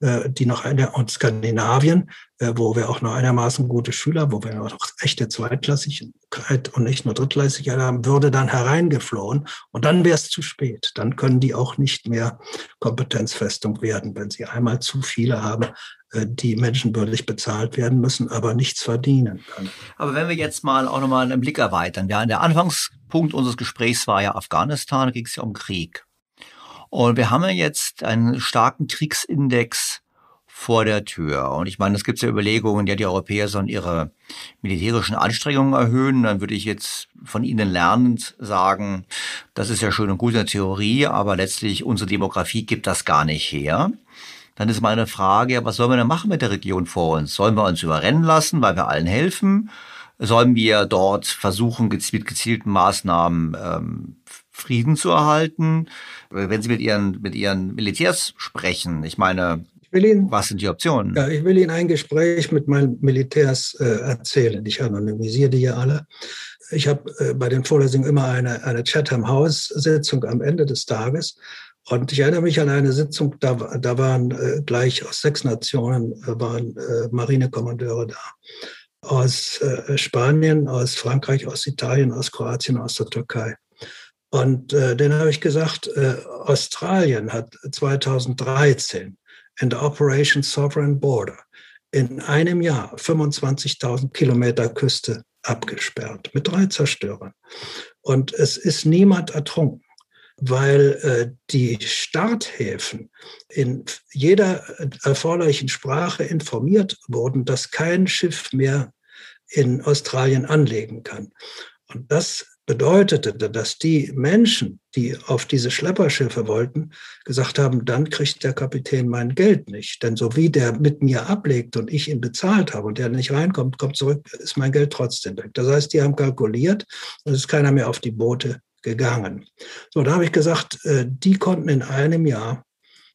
und Skandinavien, wo wir auch noch einigermaßen gute Schüler, wo wir noch echte Zweitklassigkeit und nicht nur Drittklassigkeit haben, würde dann hereingeflohen. Und dann wäre es zu spät. Dann können die auch nicht mehr Kompetenzfestung werden, wenn sie einmal zu viele haben, die menschenwürdig bezahlt werden müssen, aber nichts verdienen können. Aber wenn wir jetzt mal auch nochmal einen Blick erweitern. Ja, der Anfangspunkt unseres Gesprächs war ja Afghanistan, da ging es ja um Krieg. Und wir haben ja jetzt einen starken Kriegsindex vor der Tür. Und ich meine, es gibt ja Überlegungen, ja, die Europäer sollen ihre militärischen Anstrengungen erhöhen. Dann würde ich jetzt von Ihnen lernend sagen, das ist ja schön und gut in der Theorie, aber letztlich unsere Demografie gibt das gar nicht her. Dann ist meine Frage, was sollen wir denn machen mit der Region vor uns? Sollen wir uns überrennen lassen, weil wir allen helfen? Sollen wir dort versuchen, mit gezielten Maßnahmen Frieden zu erhalten? Wenn Sie mit Ihren Militärs sprechen, ich meine, was sind die Optionen? Ja, ich will Ihnen ein Gespräch mit meinen Militärs erzählen. Ich anonymisiere die hier alle. Ich habe bei den Vorlesungen immer eine Chatham-House-Sitzung am Ende des Tages. Und ich erinnere mich an eine Sitzung, da waren gleich aus 6 Nationen waren Marinekommandeure da. Aus Spanien, aus Frankreich, aus Italien, aus Kroatien, aus der Türkei. Und denen habe ich gesagt, Australien hat 2013 in der Operation Sovereign Border in einem Jahr 25.000 Kilometer Küste abgesperrt mit 3 Zerstörern. Und es ist niemand ertrunken, weil die Starthäfen in jeder erforderlichen Sprache informiert wurden, dass kein Schiff mehr in Australien anlegen kann. Und das bedeutete, dass die Menschen, die auf diese Schlepperschiffe wollten, gesagt haben, dann kriegt der Kapitän mein Geld nicht. Denn so wie der mit mir ablegt und ich ihn bezahlt habe und der nicht reinkommt, kommt zurück, ist mein Geld trotzdem weg. Das heißt, die haben kalkuliert und es ist keiner mehr auf die Boote gegangen. So, da habe ich gesagt, die konnten in einem Jahr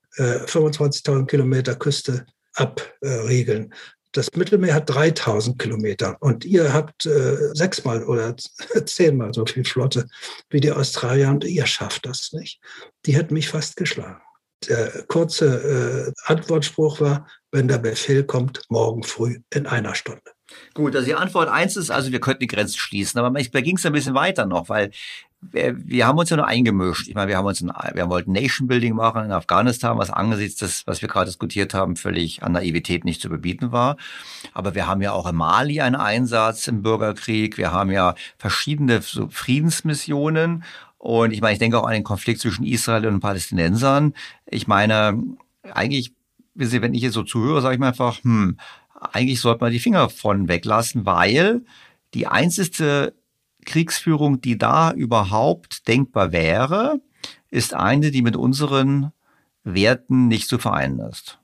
25.000 Kilometer Küste abriegeln. Das Mittelmeer hat 3.000 Kilometer und ihr habt 6-mal oder 10-mal so viel Flotte wie die Australier und ihr schafft das nicht. Die hätten mich fast geschlagen. Der kurze Antwortspruch war, wenn der Befehl kommt, morgen früh in 1 Stunde. Gut, also die Antwort 1 ist, also wir könnten die Grenzen schließen, aber da ging es ein bisschen weiter noch, weil wir haben uns ja nur eingemischt. Ich meine, wir wollten Nation Building machen in Afghanistan, was angesichts des, was wir gerade diskutiert haben, völlig an Naivität nicht zu überbieten war. Aber wir haben ja auch in Mali einen Einsatz im Bürgerkrieg. Wir haben ja verschiedene so Friedensmissionen. Und ich meine, ich denke auch an den Konflikt zwischen Israel und den Palästinensern. Ich meine, eigentlich, wenn ich jetzt so zuhöre, sage ich mir einfach, eigentlich sollte man die Finger von weglassen, weil die einzige Kriegsführung, die da überhaupt denkbar wäre, ist eine, die mit unseren Werten nicht zu vereinen ist.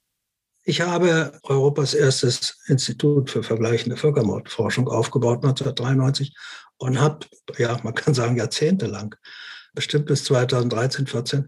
Ich habe Europas erstes Institut für vergleichende Völkermordforschung aufgebaut 1993 und habe, ja, man kann sagen jahrzehntelang, bestimmt bis 2013, 14,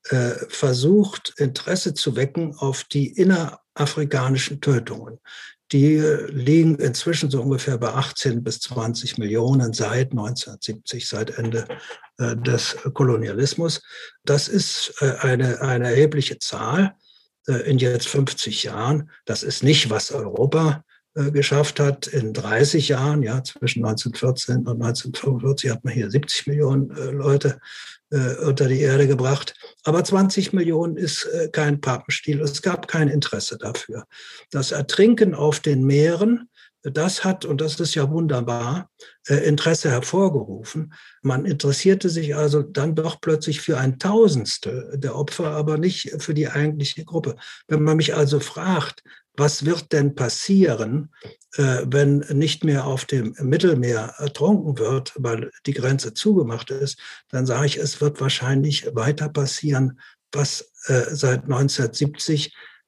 versucht, Interesse zu wecken auf die innerafrikanischen Tötungen. Die liegen inzwischen so ungefähr bei 18 bis 20 Millionen seit 1970, seit Ende des Kolonialismus. Das ist eine erhebliche Zahl in jetzt 50 Jahren. Das ist nicht, was Europa geschafft hat in 30 Jahren. Ja, zwischen 1914 und 1945 hat man hier 70 Millionen Leute unter die Erde gebracht. Aber 20 Millionen ist kein Pappenstiel. Es gab kein Interesse dafür. Das Ertrinken auf den Meeren, das hat, und das ist ja wunderbar, Interesse hervorgerufen. Man interessierte sich also dann doch plötzlich für 1/1000 der Opfer, aber nicht für die eigentliche Gruppe. Wenn man mich also fragt, was wird denn passieren, wenn nicht mehr auf dem Mittelmeer ertrunken wird, weil die Grenze zugemacht ist, dann sage ich, es wird wahrscheinlich weiter passieren, was seit 1970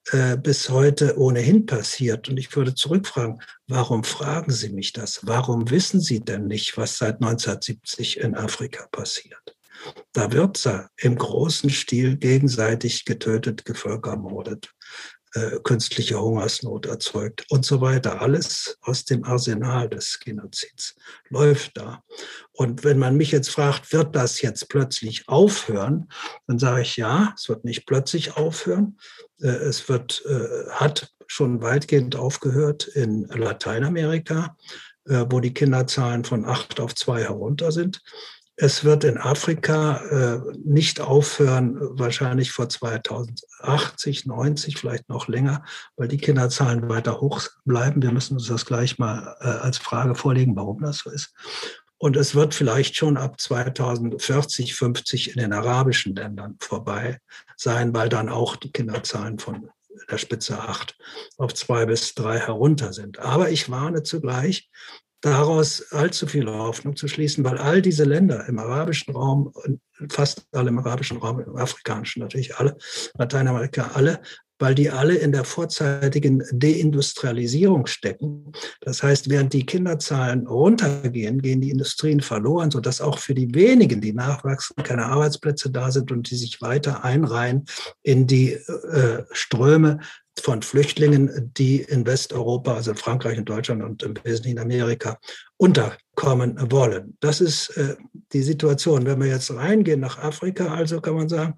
bis heute ohnehin passiert. Und ich würde zurückfragen, warum fragen Sie mich das? Warum wissen Sie denn nicht, was seit 1970 in Afrika passiert? Da wird im großen Stil gegenseitig getötet, gevölkermordet, künstliche Hungersnot erzeugt und so weiter. Alles aus dem Arsenal des Genozids läuft da. Und wenn man mich jetzt fragt, wird das jetzt plötzlich aufhören, dann sage ich ja, es wird nicht plötzlich aufhören. Es hat schon weitgehend aufgehört in Lateinamerika, wo die Kinderzahlen von 8 auf 2 herunter sind. Es wird in Afrika nicht aufhören, wahrscheinlich vor 2080, 90, vielleicht noch länger, weil die Kinderzahlen weiter hoch bleiben. Wir müssen uns das gleich mal als Frage vorlegen, warum das so ist. Und es wird vielleicht schon ab 2040, 50 in den arabischen Ländern vorbei sein, weil dann auch die Kinderzahlen von der Spitze 8 auf 2 bis 3 herunter sind. Aber ich warne zugleich, daraus allzu viel Hoffnung zu schließen, weil all diese Länder im arabischen Raum, fast alle im arabischen Raum, im afrikanischen natürlich alle, Lateinamerika alle, weil die alle in der vorzeitigen Deindustrialisierung stecken. Das heißt, während die Kinderzahlen runtergehen, gehen die Industrien verloren, sodass auch für die wenigen, die nachwachsen, keine Arbeitsplätze da sind und die sich weiter einreihen in die Ströme von Flüchtlingen, die in Westeuropa, also in Frankreich und Deutschland und im Wesentlichen Amerika, unterkommen wollen. Das ist die Situation. Wenn wir jetzt reingehen nach Afrika, also kann man sagen,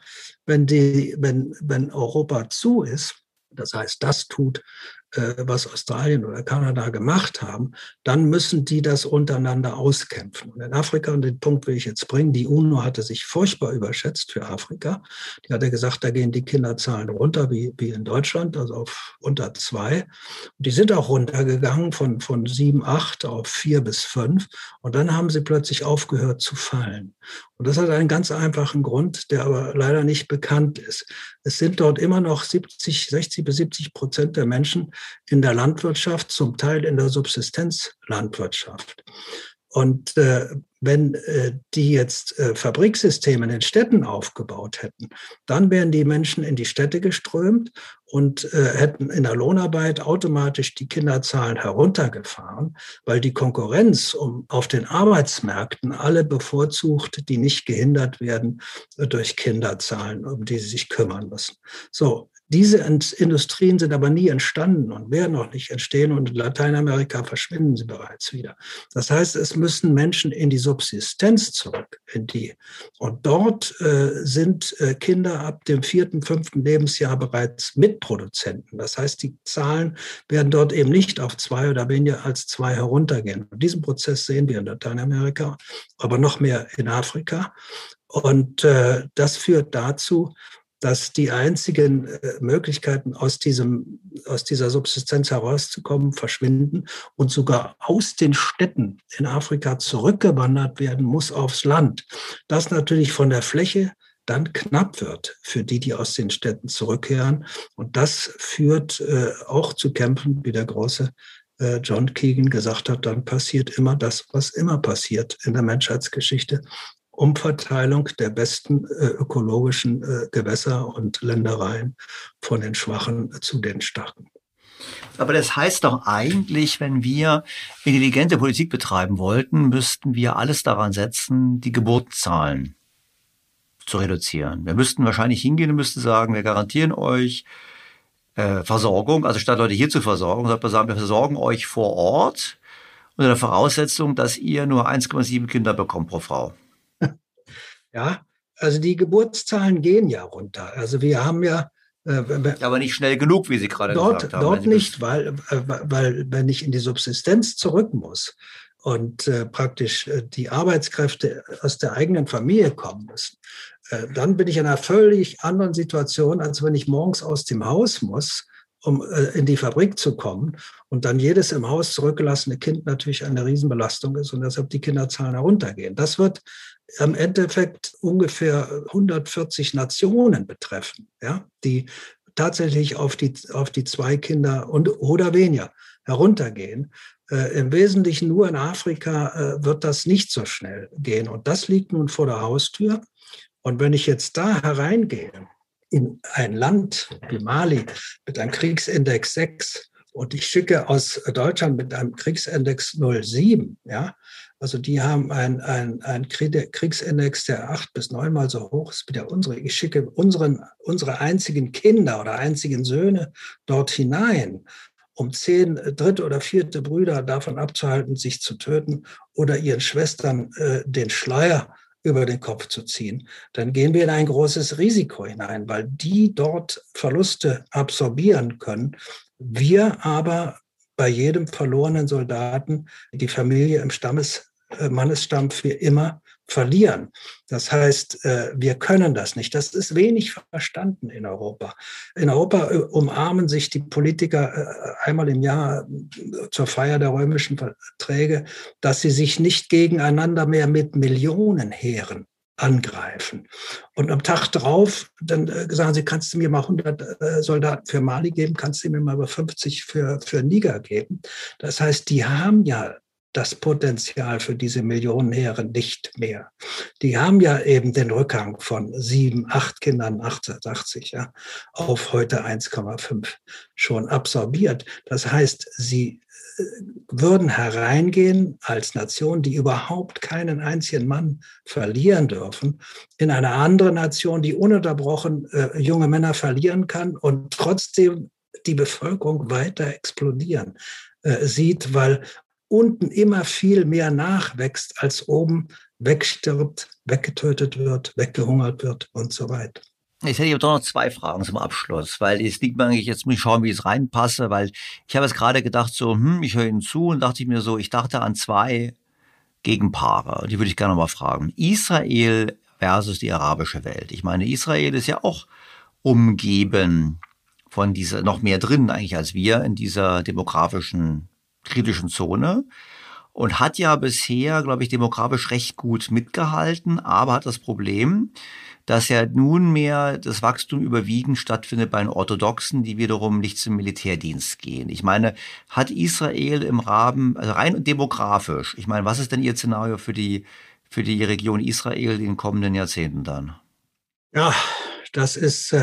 wenn Europa zu ist, das heißt, das tut, was Australien oder Kanada gemacht haben, dann müssen die das untereinander auskämpfen. Und in Afrika, und den Punkt will ich jetzt bringen, die UNO hatte sich furchtbar überschätzt für Afrika. Die hatte gesagt, da gehen die Kinderzahlen runter wie in Deutschland, also auf unter 2. Und die sind auch runtergegangen von 7, 8 auf 4 bis 5. Und dann haben sie plötzlich aufgehört zu fallen. Und das hat einen ganz einfachen Grund, der aber leider nicht bekannt ist. Es sind dort immer noch 60 bis 70% der Menschen in der Landwirtschaft, zum Teil in der Subsistenzlandwirtschaft. Und wenn die jetzt Fabriksysteme in den Städten aufgebaut hätten, dann wären die Menschen in die Städte geströmt und hätten in der Lohnarbeit automatisch die Kinderzahlen heruntergefahren, weil die Konkurrenz auf den Arbeitsmärkten alle bevorzugt, die nicht gehindert werden durch Kinderzahlen, um die sie sich kümmern müssen. So. Diese Industrien sind aber nie entstanden und werden auch nicht entstehen und in Lateinamerika verschwinden sie bereits wieder. Das heißt, es müssen Menschen in die Subsistenz zurück, und dort sind Kinder ab dem 4., 5. Lebensjahr bereits Mitproduzenten. Das heißt, die Zahlen werden dort eben nicht auf 2 oder weniger als 2 heruntergehen. Und diesen Prozess sehen wir in Lateinamerika, aber noch mehr in Afrika. Und das führt dazu, dass die einzigen Möglichkeiten, aus dieser Subsistenz herauszukommen, verschwinden und sogar aus den Städten in Afrika zurückgewandert werden muss aufs Land. Das natürlich von der Fläche dann knapp wird für die aus den Städten zurückkehren. Und das führt auch zu Kämpfen, wie der große John Keegan gesagt hat, dann passiert immer das, was immer passiert in der Menschheitsgeschichte. Umverteilung der besten ökologischen Gewässer und Ländereien von den Schwachen zu den Starken. Aber das heißt doch eigentlich, wenn wir intelligente Politik betreiben wollten, müssten wir alles daran setzen, die Geburtenzahlen zu reduzieren. Wir müssten wahrscheinlich hingehen und müssten sagen, wir garantieren euch Versorgung, also statt Leute hier zu versorgen, sollte man sagen, wir versorgen euch vor Ort unter der Voraussetzung, dass ihr nur 1,7 Kinder bekommt pro Frau. Ja, also die Geburtszahlen gehen ja runter. Also wir haben ja... aber nicht schnell genug, wie Sie gerade gesagt haben. Dort nicht, weil wenn ich in die Subsistenz zurück muss und praktisch die Arbeitskräfte aus der eigenen Familie kommen müssen, dann bin ich in einer völlig anderen Situation, als wenn ich morgens aus dem Haus muss, um in die Fabrik zu kommen und dann jedes im Haus zurückgelassene Kind natürlich eine Riesenbelastung ist und deshalb die Kinderzahlen heruntergehen. Das wird im Endeffekt ungefähr 140 Nationen betreffen, ja, die tatsächlich auf die 2 Kinder oder weniger heruntergehen. Im Wesentlichen nur in Afrika wird das nicht so schnell gehen. Und das liegt nun vor der Haustür. Und wenn ich jetzt da hereingehe in ein Land wie Mali mit einem Kriegsindex 6 und ich schicke aus Deutschland mit einem Kriegsindex 0,7, ja, also die haben einen Kriegsindex, der 8 bis 9 Mal so hoch ist wie der unsere. Ich schicke unsere einzigen Kinder oder einzigen Söhne dort hinein, um 10 dritte oder vierte Brüder davon abzuhalten, sich zu töten oder ihren Schwestern den Schleier über den Kopf zu ziehen, dann gehen wir in ein großes Risiko hinein, weil die dort Verluste absorbieren können. Wir aber bei jedem verlorenen Soldaten die Familie im Mannesstamm für immer verlieren. Das heißt, wir können das nicht. Das ist wenig verstanden in Europa. In Europa umarmen sich die Politiker einmal im Jahr zur Feier der römischen Verträge, dass sie sich nicht gegeneinander mehr mit Millionenheeren angreifen. Und am Tag drauf, dann sagen sie, kannst du mir mal 100 Soldaten für Mali geben, kannst du mir mal 50 für Niger geben. Das heißt, die haben ja das Potenzial für diese Millionenheere nicht mehr. Die haben ja eben den Rückgang von 7, 8 Kindern 1880 ja, auf heute 1,5 schon absorbiert. Das heißt, sie würden hereingehen als Nation, die überhaupt keinen einzigen Mann verlieren dürfen, in eine andere Nation, die ununterbrochen junge Männer verlieren kann und trotzdem die Bevölkerung weiter explodieren sieht, weil unten immer viel mehr nachwächst, als oben wegstirbt, weggetötet wird, weggehungert wird und so weiter. Jetzt hätte ich aber doch noch 2 Fragen zum Abschluss, weil es liegt mir eigentlich, jetzt muss ich schauen, wie es reinpasse, weil ich habe jetzt gerade gedacht so, ich höre Ihnen zu und dachte ich mir so, ich dachte an 2 Gegenpaare, die würde ich gerne mal fragen. Israel versus die arabische Welt. Ich meine, Israel ist ja auch umgeben von dieser, noch mehr drin eigentlich als wir in dieser demografischen kritischen Zone und hat ja bisher, glaube ich, demografisch recht gut mitgehalten, aber hat das Problem, dass ja nunmehr das Wachstum überwiegend stattfindet bei den Orthodoxen, die wiederum nicht zum Militärdienst gehen. Ich meine, hat Israel im Rahmen, also rein demografisch, ich meine, was ist denn Ihr Szenario für die Region Israel in den kommenden Jahrzehnten dann? Ja, das ist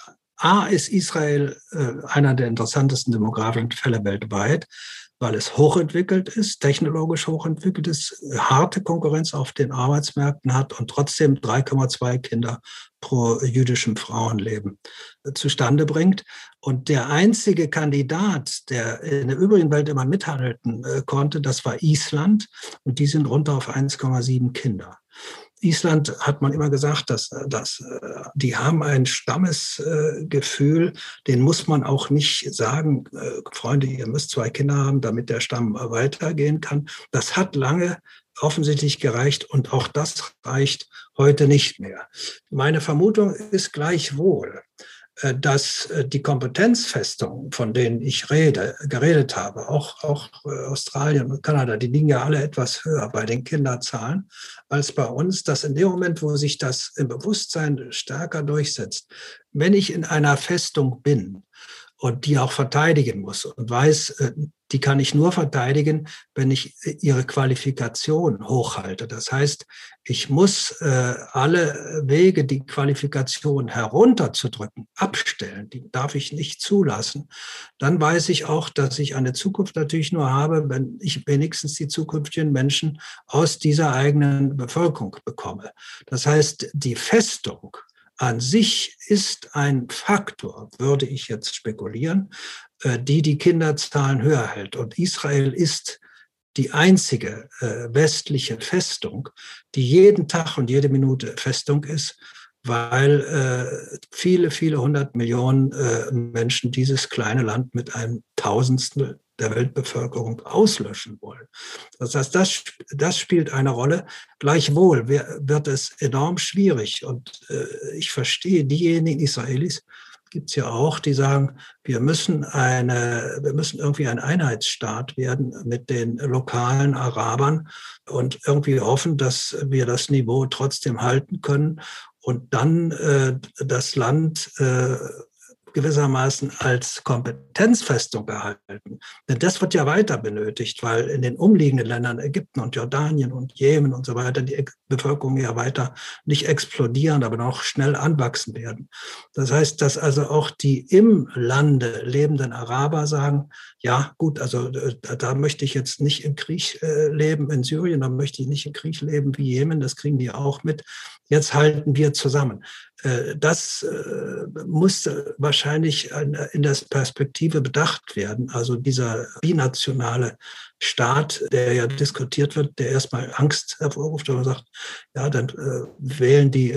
ist Israel einer der interessantesten demografischen Fälle weltweit, weil es hochentwickelt ist, technologisch hochentwickelt ist, harte Konkurrenz auf den Arbeitsmärkten hat und trotzdem 3,2 Kinder pro jüdischem Frauenleben zustande bringt. Und der einzige Kandidat, der in der übrigen Welt immer mithalten konnte, das war Island. Und die sind runter auf 1,7 Kinder. Island hat man immer gesagt, dass die haben ein Stammesgefühl, den muss man auch nicht sagen, Freunde, ihr müsst 2 Kinder haben, damit der Stamm weitergehen kann. Das hat lange offensichtlich gereicht und auch das reicht heute nicht mehr. Meine Vermutung ist gleichwohl, dass die Kompetenzfestungen, von denen ich geredet habe, auch Australien und Kanada, die liegen ja alle etwas höher bei den Kinderzahlen als bei uns, dass in dem Moment, wo sich das im Bewusstsein stärker durchsetzt, wenn ich in einer Festung bin und die auch verteidigen muss und weiß, die kann ich nur verteidigen, wenn ich ihre Qualifikation hochhalte. Das heißt, ich muss alle Wege, die Qualifikation herunterzudrücken, abstellen. Die darf ich nicht zulassen. Dann weiß ich auch, dass ich eine Zukunft natürlich nur habe, wenn ich wenigstens die zukünftigen Menschen aus dieser eigenen Bevölkerung bekomme. Das heißt, die Festung an sich ist ein Faktor, würde ich jetzt spekulieren, die Kinderzahlen höher hält. Und Israel ist die einzige westliche Festung, die jeden Tag und jede Minute Festung ist, weil viele, viele 100 Millionen Menschen dieses kleine Land mit einem Tausendstel der Weltbevölkerung auslöschen wollen. Das heißt, das spielt eine Rolle. Gleichwohl wird es enorm schwierig. Und ich verstehe diejenigen Israelis, gibt es ja auch, die sagen, wir müssen irgendwie ein Einheitsstaat werden mit den lokalen Arabern und irgendwie hoffen, dass wir das Niveau trotzdem halten können und dann das Land gewissermaßen als Kompetenzfestung gehalten. Denn das wird ja weiter benötigt, weil in den umliegenden Ländern, Ägypten und Jordanien und Jemen und so weiter, die Bevölkerung ja weiter nicht explodieren, aber noch schnell anwachsen werden. Das heißt, dass also auch die im Lande lebenden Araber sagen, ja gut, also da möchte ich jetzt nicht im Krieg leben in Syrien, da möchte ich nicht im Krieg leben wie Jemen, das kriegen die auch mit. Jetzt halten wir zusammen. Das musste wahrscheinlich in der Perspektive bedacht werden. Also dieser binationale Staat, der ja diskutiert wird, der erstmal Angst hervorruft, aber sagt, ja, dann wählen die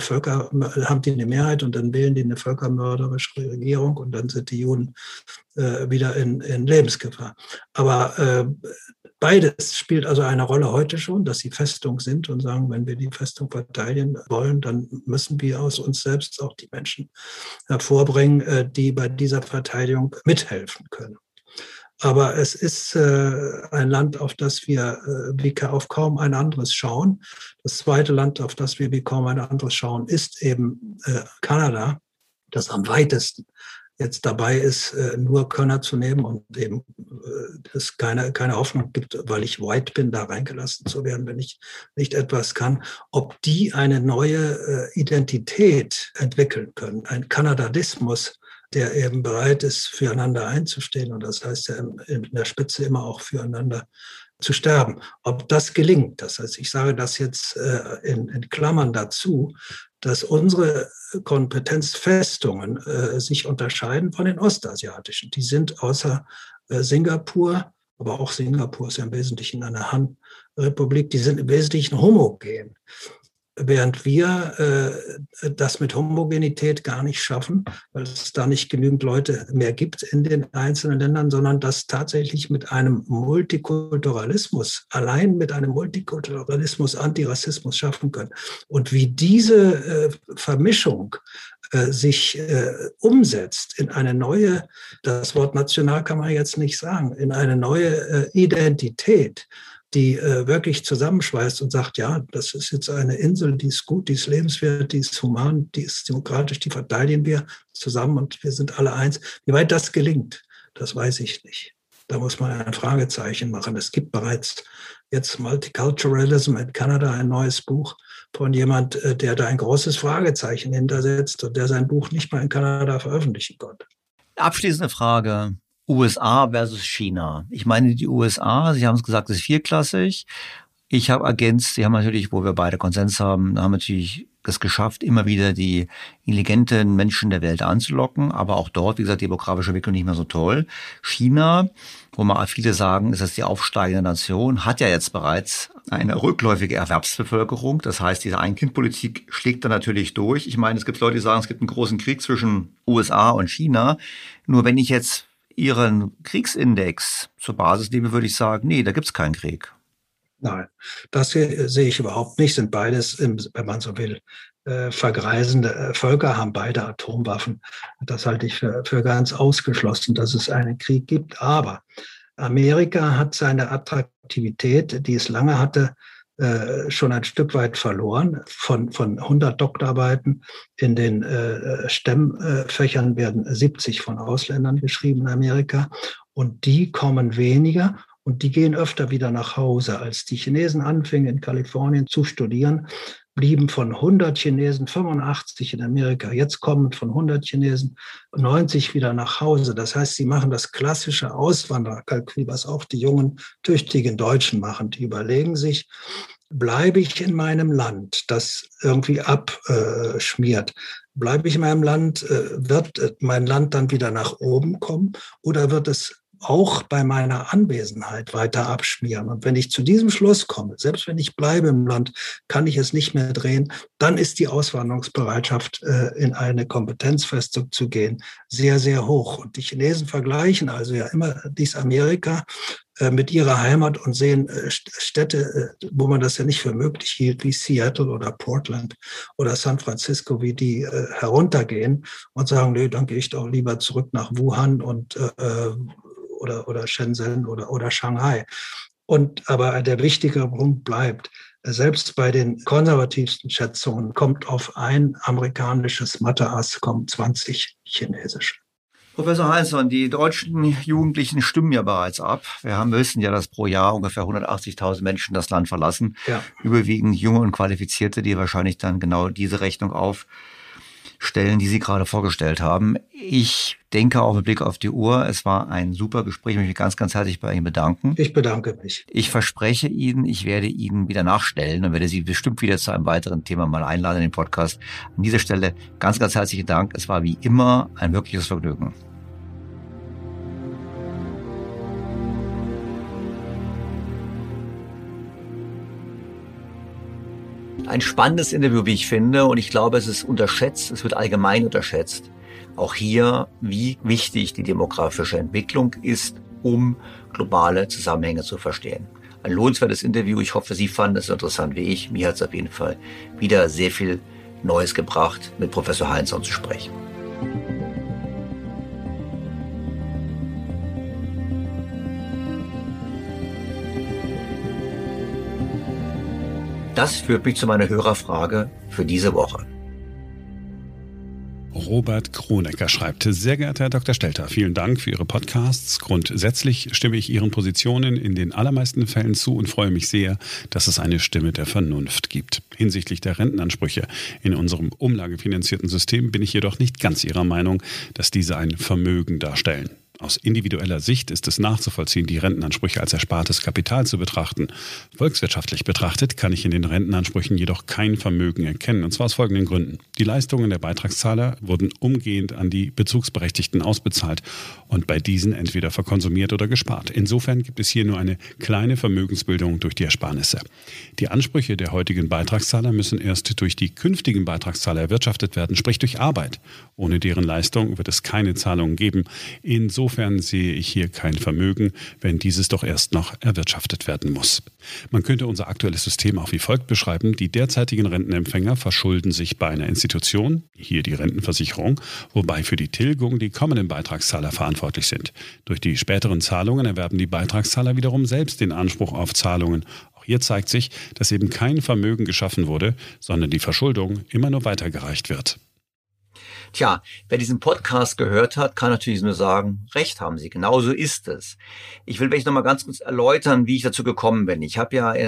haben die eine Mehrheit und dann wählen die eine völkermörderische Regierung und dann sind die Juden wieder in Lebensgefahr. Aber beides spielt also eine Rolle heute schon, dass sie Festung sind und sagen, wenn wir die Festung verteidigen wollen, dann müssen wir aus uns selbst auch die Menschen hervorbringen, die bei dieser Verteidigung mithelfen können. Aber es ist ein Land, auf das wir wie auf kaum ein anderes schauen. Das zweite Land, auf das wir wie kaum ein anderes schauen, ist eben Kanada, das am weitesten jetzt dabei ist, nur Könner zu nehmen und eben es keine Hoffnung gibt, weil ich white bin, da reingelassen zu werden, wenn ich nicht etwas kann, ob die eine neue Identität entwickeln können, ein Kanadadismus, der eben bereit ist, füreinander einzustehen. Und das heißt ja in der Spitze immer auch füreinander zu sterben. Ob das gelingt, das heißt, ich sage das jetzt in Klammern dazu, dass unsere Kompetenzfestungen sich unterscheiden von den ostasiatischen. Die sind außer Singapur, aber auch Singapur ist ja im Wesentlichen eine Han-Republik, die sind im Wesentlichen homogen. Während wir das mit Homogenität gar nicht schaffen, weil es da nicht genügend Leute mehr gibt in den einzelnen Ländern, sondern das tatsächlich mit einem Multikulturalismus, allein mit einem Multikulturalismus Antirassismus schaffen können. Und wie diese Vermischung sich umsetzt in eine neue, das Wort national kann man jetzt nicht sagen, in eine neue Identität, die wirklich zusammenschweißt und sagt, ja, das ist jetzt eine Insel, die ist gut, die ist lebenswert, die ist human, die ist demokratisch, die verteidigen wir zusammen und wir sind alle eins. Wie weit das gelingt, das weiß ich nicht. Da muss man ein Fragezeichen machen. Es gibt bereits jetzt Multiculturalism in Kanada, ein neues Buch von jemand, der da ein großes Fragezeichen hintersetzt und der sein Buch nicht mal in Kanada veröffentlichen konnte. Abschließende Frage. USA versus China. Ich meine, die USA, Sie haben es gesagt, ist vierklassig. Ich habe ergänzt, Sie haben natürlich, wo wir beide Konsens haben, haben natürlich es geschafft, immer wieder die intelligenten Menschen der Welt anzulocken. Aber auch dort, wie gesagt, die demografische Entwicklung nicht mehr so toll. China, wo mal viele sagen, ist das die aufsteigende Nation, hat ja jetzt bereits eine rückläufige Erwerbsbevölkerung. Das heißt, diese Ein-Kind-Politik schlägt da natürlich durch. Ich meine, es gibt Leute, die sagen, es gibt einen großen Krieg zwischen USA und China. Nur wenn ich jetzt Ihren Kriegsindex zur Basis nehme, würde ich sagen, nee, da gibt's keinen Krieg. Nein, das sehe ich überhaupt nicht. Sind beides, wenn man so will, vergreisende Völker, haben beide Atomwaffen. Das halte ich für ganz ausgeschlossen, dass es einen Krieg gibt. Aber Amerika hat seine Attraktivität, die es lange hatte, schon ein Stück weit verloren. Von 100 Doktorarbeiten in den STEM-Fächern werden 70 von Ausländern geschrieben in Amerika. Und die kommen weniger und die gehen öfter wieder nach Hause. Als die Chinesen anfingen, in Kalifornien zu studieren, blieben von 100 Chinesen 85 in Amerika. Jetzt kommen von 100 Chinesen 90 wieder nach Hause. Das heißt, sie machen das klassische Auswandererkalkül, was auch die jungen, tüchtigen Deutschen machen. Die überlegen sich, bleibe ich in meinem Land, das irgendwie abschmiert? Bleibe ich in meinem Land, wird mein Land dann wieder nach oben kommen oder wird es auch bei meiner Anwesenheit weiter abschmieren? Und wenn ich zu diesem Schluss komme, selbst wenn ich bleibe im Land, kann ich es nicht mehr drehen, dann ist die Auswanderungsbereitschaft, in eine Kompetenzfestung zu gehen, sehr, sehr hoch. Und die Chinesen vergleichen also ja immer dies Amerika mit ihrer Heimat und sehen Städte, wo man das ja nicht für möglich hielt, wie Seattle oder Portland oder San Francisco, wie die heruntergehen und sagen, nee, dann gehe ich doch lieber zurück nach Wuhan und oder Shenzhen oder Shanghai. Aber der wichtige Punkt bleibt, Selbst bei den konservativsten Schätzungen kommt auf ein amerikanisches Matheass kommen 20 chinesische. Professor Heinzson, die deutschen Jugendlichen stimmen ja bereits ab. Wir wissen ja, dass pro Jahr ungefähr 180.000 Menschen das Land verlassen. Ja. Überwiegend junge und Qualifizierte, die wahrscheinlich dann genau diese Rechnung aufstellen, die Sie gerade vorgestellt haben. Ich denke auch mit Blick auf die Uhr, es war ein super Gespräch. Ich möchte mich ganz, ganz herzlich bei Ihnen bedanken. Ich bedanke mich. Ich verspreche Ihnen, ich werde Ihnen wieder nachstellen und werde Sie bestimmt wieder zu einem weiteren Thema mal einladen in den Podcast. An dieser Stelle ganz, ganz herzlichen Dank. Es war wie immer ein wirkliches Vergnügen. Ein spannendes Interview, wie ich finde, und ich glaube, es ist unterschätzt, es wird allgemein unterschätzt. Auch hier, wie wichtig die demografische Entwicklung ist, um globale Zusammenhänge zu verstehen. Ein lohnenswertes Interview. Ich hoffe, Sie fanden es so interessant wie ich. Mir hat es auf jeden Fall wieder sehr viel Neues gebracht, mit Professor Heinzson zu sprechen. Das führt mich zu meiner Hörerfrage für diese Woche. Robert Kronecker schreibt: Sehr geehrter Herr Dr. Stelter, vielen Dank für Ihre Podcasts. Grundsätzlich stimme ich Ihren Positionen in den allermeisten Fällen zu und freue mich sehr, dass es eine Stimme der Vernunft gibt. Hinsichtlich der Rentenansprüche in unserem umlagefinanzierten System bin ich jedoch nicht ganz Ihrer Meinung, dass diese ein Vermögen darstellen. Aus individueller Sicht ist es nachzuvollziehen, die Rentenansprüche als erspartes Kapital zu betrachten. Volkswirtschaftlich betrachtet kann ich in den Rentenansprüchen jedoch kein Vermögen erkennen, und zwar aus folgenden Gründen. Die Leistungen der Beitragszahler wurden umgehend an die Bezugsberechtigten ausbezahlt und bei diesen entweder verkonsumiert oder gespart. Insofern gibt es hier nur eine kleine Vermögensbildung durch die Ersparnisse. Die Ansprüche der heutigen Beitragszahler müssen erst durch die künftigen Beitragszahler erwirtschaftet werden, sprich durch Arbeit. Ohne deren Leistung wird es keine Zahlungen geben. Insofern sehe ich hier kein Vermögen, wenn dieses doch erst noch erwirtschaftet werden muss. Man könnte unser aktuelles System auch wie folgt beschreiben: Die derzeitigen Rentenempfänger verschulden sich bei einer Institution, hier die Rentenversicherung, wobei für die Tilgung die kommenden Beitragszahler verantwortlich sind. Durch die späteren Zahlungen erwerben die Beitragszahler wiederum selbst den Anspruch auf Zahlungen. Auch hier zeigt sich, dass eben kein Vermögen geschaffen wurde, sondern die Verschuldung immer nur weitergereicht wird. Tja, wer diesen Podcast gehört hat, kann natürlich nur sagen, recht haben Sie, genauso ist es. Ich will vielleicht noch mal ganz kurz erläutern, wie ich dazu gekommen bin. Ich habe ja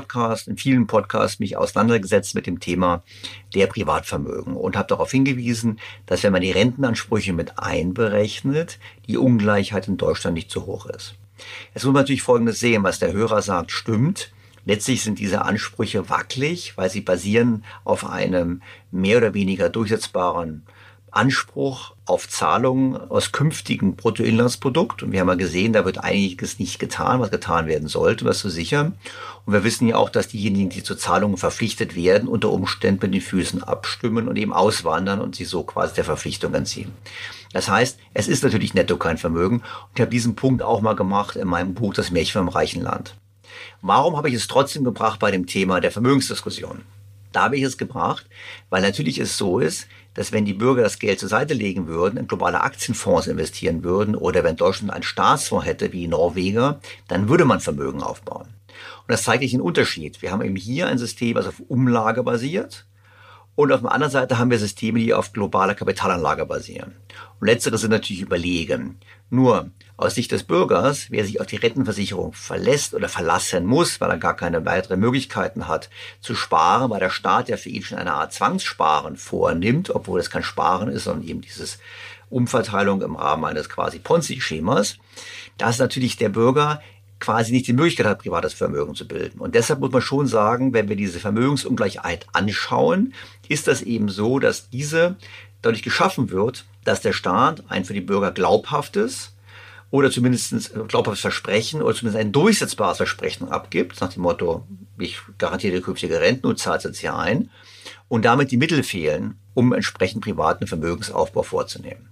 in vielen Podcasts mich auseinandergesetzt mit dem Thema der Privatvermögen und habe darauf hingewiesen, dass wenn man die Rentenansprüche mit einberechnet, die Ungleichheit in Deutschland nicht so hoch ist. Jetzt muss man natürlich Folgendes sehen: Was der Hörer sagt, stimmt. Letztlich sind diese Ansprüche wackelig, weil sie basieren auf einem mehr oder weniger durchsetzbaren Anspruch auf Zahlungen aus künftigem Bruttoinlandsprodukt. Und wir haben ja gesehen, da wird einiges nicht getan, was getan werden sollte, um das zu sichern. Und wir wissen ja auch, dass diejenigen, die zu Zahlungen verpflichtet werden, unter Umständen mit den Füßen abstimmen und eben auswandern und sich so quasi der Verpflichtung entziehen. Das heißt, es ist natürlich netto kein Vermögen. Und ich habe diesen Punkt auch mal gemacht in meinem Buch Das Märchen vom reichen Land. Warum habe ich es trotzdem gebracht bei dem Thema der Vermögensdiskussion? Da habe ich es gebracht, weil natürlich es so ist, dass wenn die Bürger das Geld zur Seite legen würden, in globale Aktienfonds investieren würden oder wenn Deutschland einen Staatsfonds hätte wie Norweger, dann würde man Vermögen aufbauen. Und das zeigt den Unterschied. Wir haben eben hier ein System, das auf Umlage basiert. Und auf der anderen Seite haben wir Systeme, die auf globaler Kapitalanlage basieren. Und letztere sind natürlich überlegen. Nur aus Sicht des Bürgers, wer sich auf die Rentenversicherung verlässt oder verlassen muss, weil er gar keine weiteren Möglichkeiten hat zu sparen, weil der Staat ja für ihn schon eine Art Zwangssparen vornimmt, obwohl es kein Sparen ist, sondern eben dieses Umverteilung im Rahmen eines quasi Ponzi-Schemas, dass natürlich der Bürger quasi nicht die Möglichkeit hat, privates Vermögen zu bilden. Und deshalb muss man schon sagen, wenn wir diese Vermögensungleichheit anschauen, ist das eben so, dass diese dadurch geschaffen wird, dass der Staat ein für die Bürger glaubhaftes oder zumindest glaubhaftes Versprechen oder zumindest ein durchsetzbares Versprechen abgibt, nach dem Motto, ich garantiere dir künftige Renten und zahlst jetzt hier ein, und damit die Mittel fehlen, um entsprechend privaten Vermögensaufbau vorzunehmen.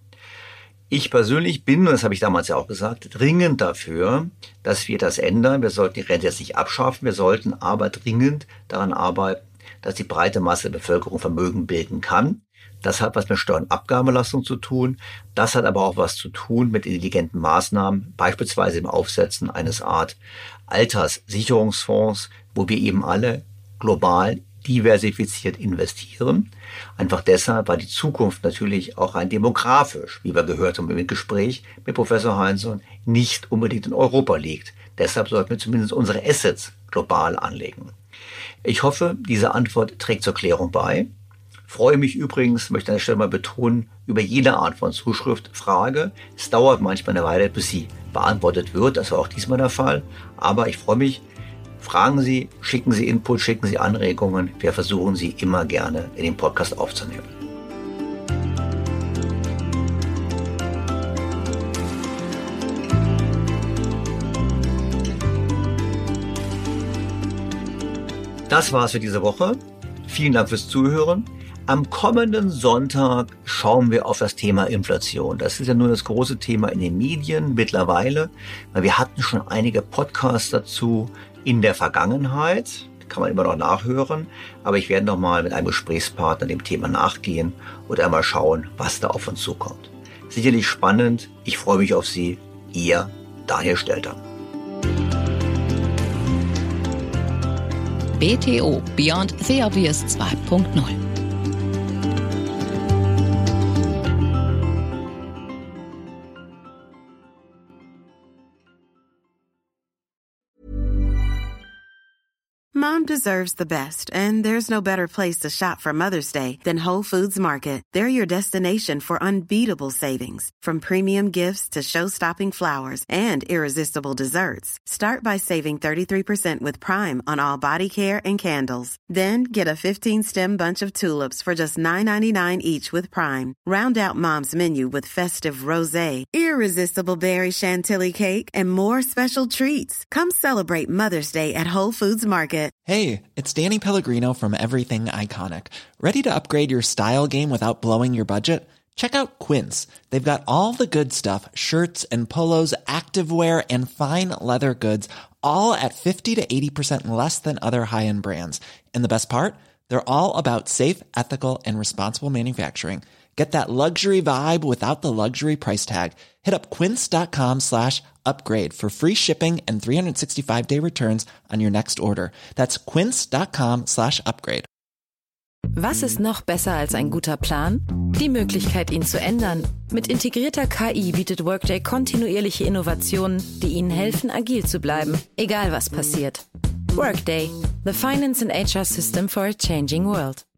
Ich persönlich bin, und das habe ich damals ja auch gesagt, dringend dafür, dass wir das ändern. Wir sollten die Rente jetzt nicht abschaffen, wir sollten aber dringend daran arbeiten, dass die breite Masse der Bevölkerung Vermögen bilden kann. Das hat was mit Steuer- und Abgabenbelastung zu tun. Das hat aber auch was zu tun mit intelligenten Maßnahmen, beispielsweise im Aufsetzen eines Art Alterssicherungsfonds, wo wir eben alle global diversifiziert investieren. Einfach deshalb, weil die Zukunft natürlich auch rein demografisch, wie wir gehört haben im Gespräch mit Professor Heinsohn, nicht unbedingt in Europa liegt. Deshalb sollten wir zumindest unsere Assets global anlegen. Ich hoffe, diese Antwort trägt zur Klärung bei. Freue mich übrigens, möchte an der Stelle mal betonen, über jede Art von Zuschrift, Frage. Es dauert manchmal eine Weile, bis sie beantwortet wird. Das war auch diesmal der Fall. Aber ich freue mich. Fragen Sie, schicken Sie Input, schicken Sie Anregungen. Wir versuchen sie immer gerne in den Podcast aufzunehmen. Das war's für diese Woche. Vielen Dank fürs Zuhören. Am kommenden Sonntag schauen wir auf das Thema Inflation. Das ist ja nur das große Thema in den Medien mittlerweile, weil wir hatten schon einige Podcasts dazu in der Vergangenheit. Kann man immer noch nachhören. Aber ich werde noch mal mit einem Gesprächspartner dem Thema nachgehen und einmal schauen, was da auf uns zukommt. Sicherlich spannend. Ich freue mich auf Sie. Ihr Daniel Stelter. BTO Beyond the Obvious 2.0. Mom deserves the best, and there's no better place to shop for Mother's Day than Whole Foods Market. They're your destination for unbeatable savings, from premium gifts to show-stopping flowers and irresistible desserts. Start by saving 33% with Prime on all body care and candles. Then get a 15-stem bunch of tulips for just $9.99 each with Prime. Round out Mom's menu with festive rosé, irresistible berry chantilly cake, and more special treats. Come celebrate Mother's Day at Whole Foods Market. Hey, it's Danny Pellegrino from Everything Iconic. Ready to upgrade your style game without blowing your budget? Check out Quince. They've got all the good stuff, shirts and polos, activewear, and fine leather goods, all at 50 to 80% less than other high-end brands. And the best part? They're all about safe, ethical, and responsible manufacturing. Get that luxury vibe without the luxury price tag. Hit up quince.com/upgrade for free shipping and 365-day returns on your next order. That's quince.com/upgrade. Was ist noch besser als ein guter Plan? Die Möglichkeit, ihn zu ändern. Mit integrierter KI bietet Workday kontinuierliche Innovationen, die Ihnen helfen, agil zu bleiben, egal was passiert. Workday, the finance and HR system for a changing world.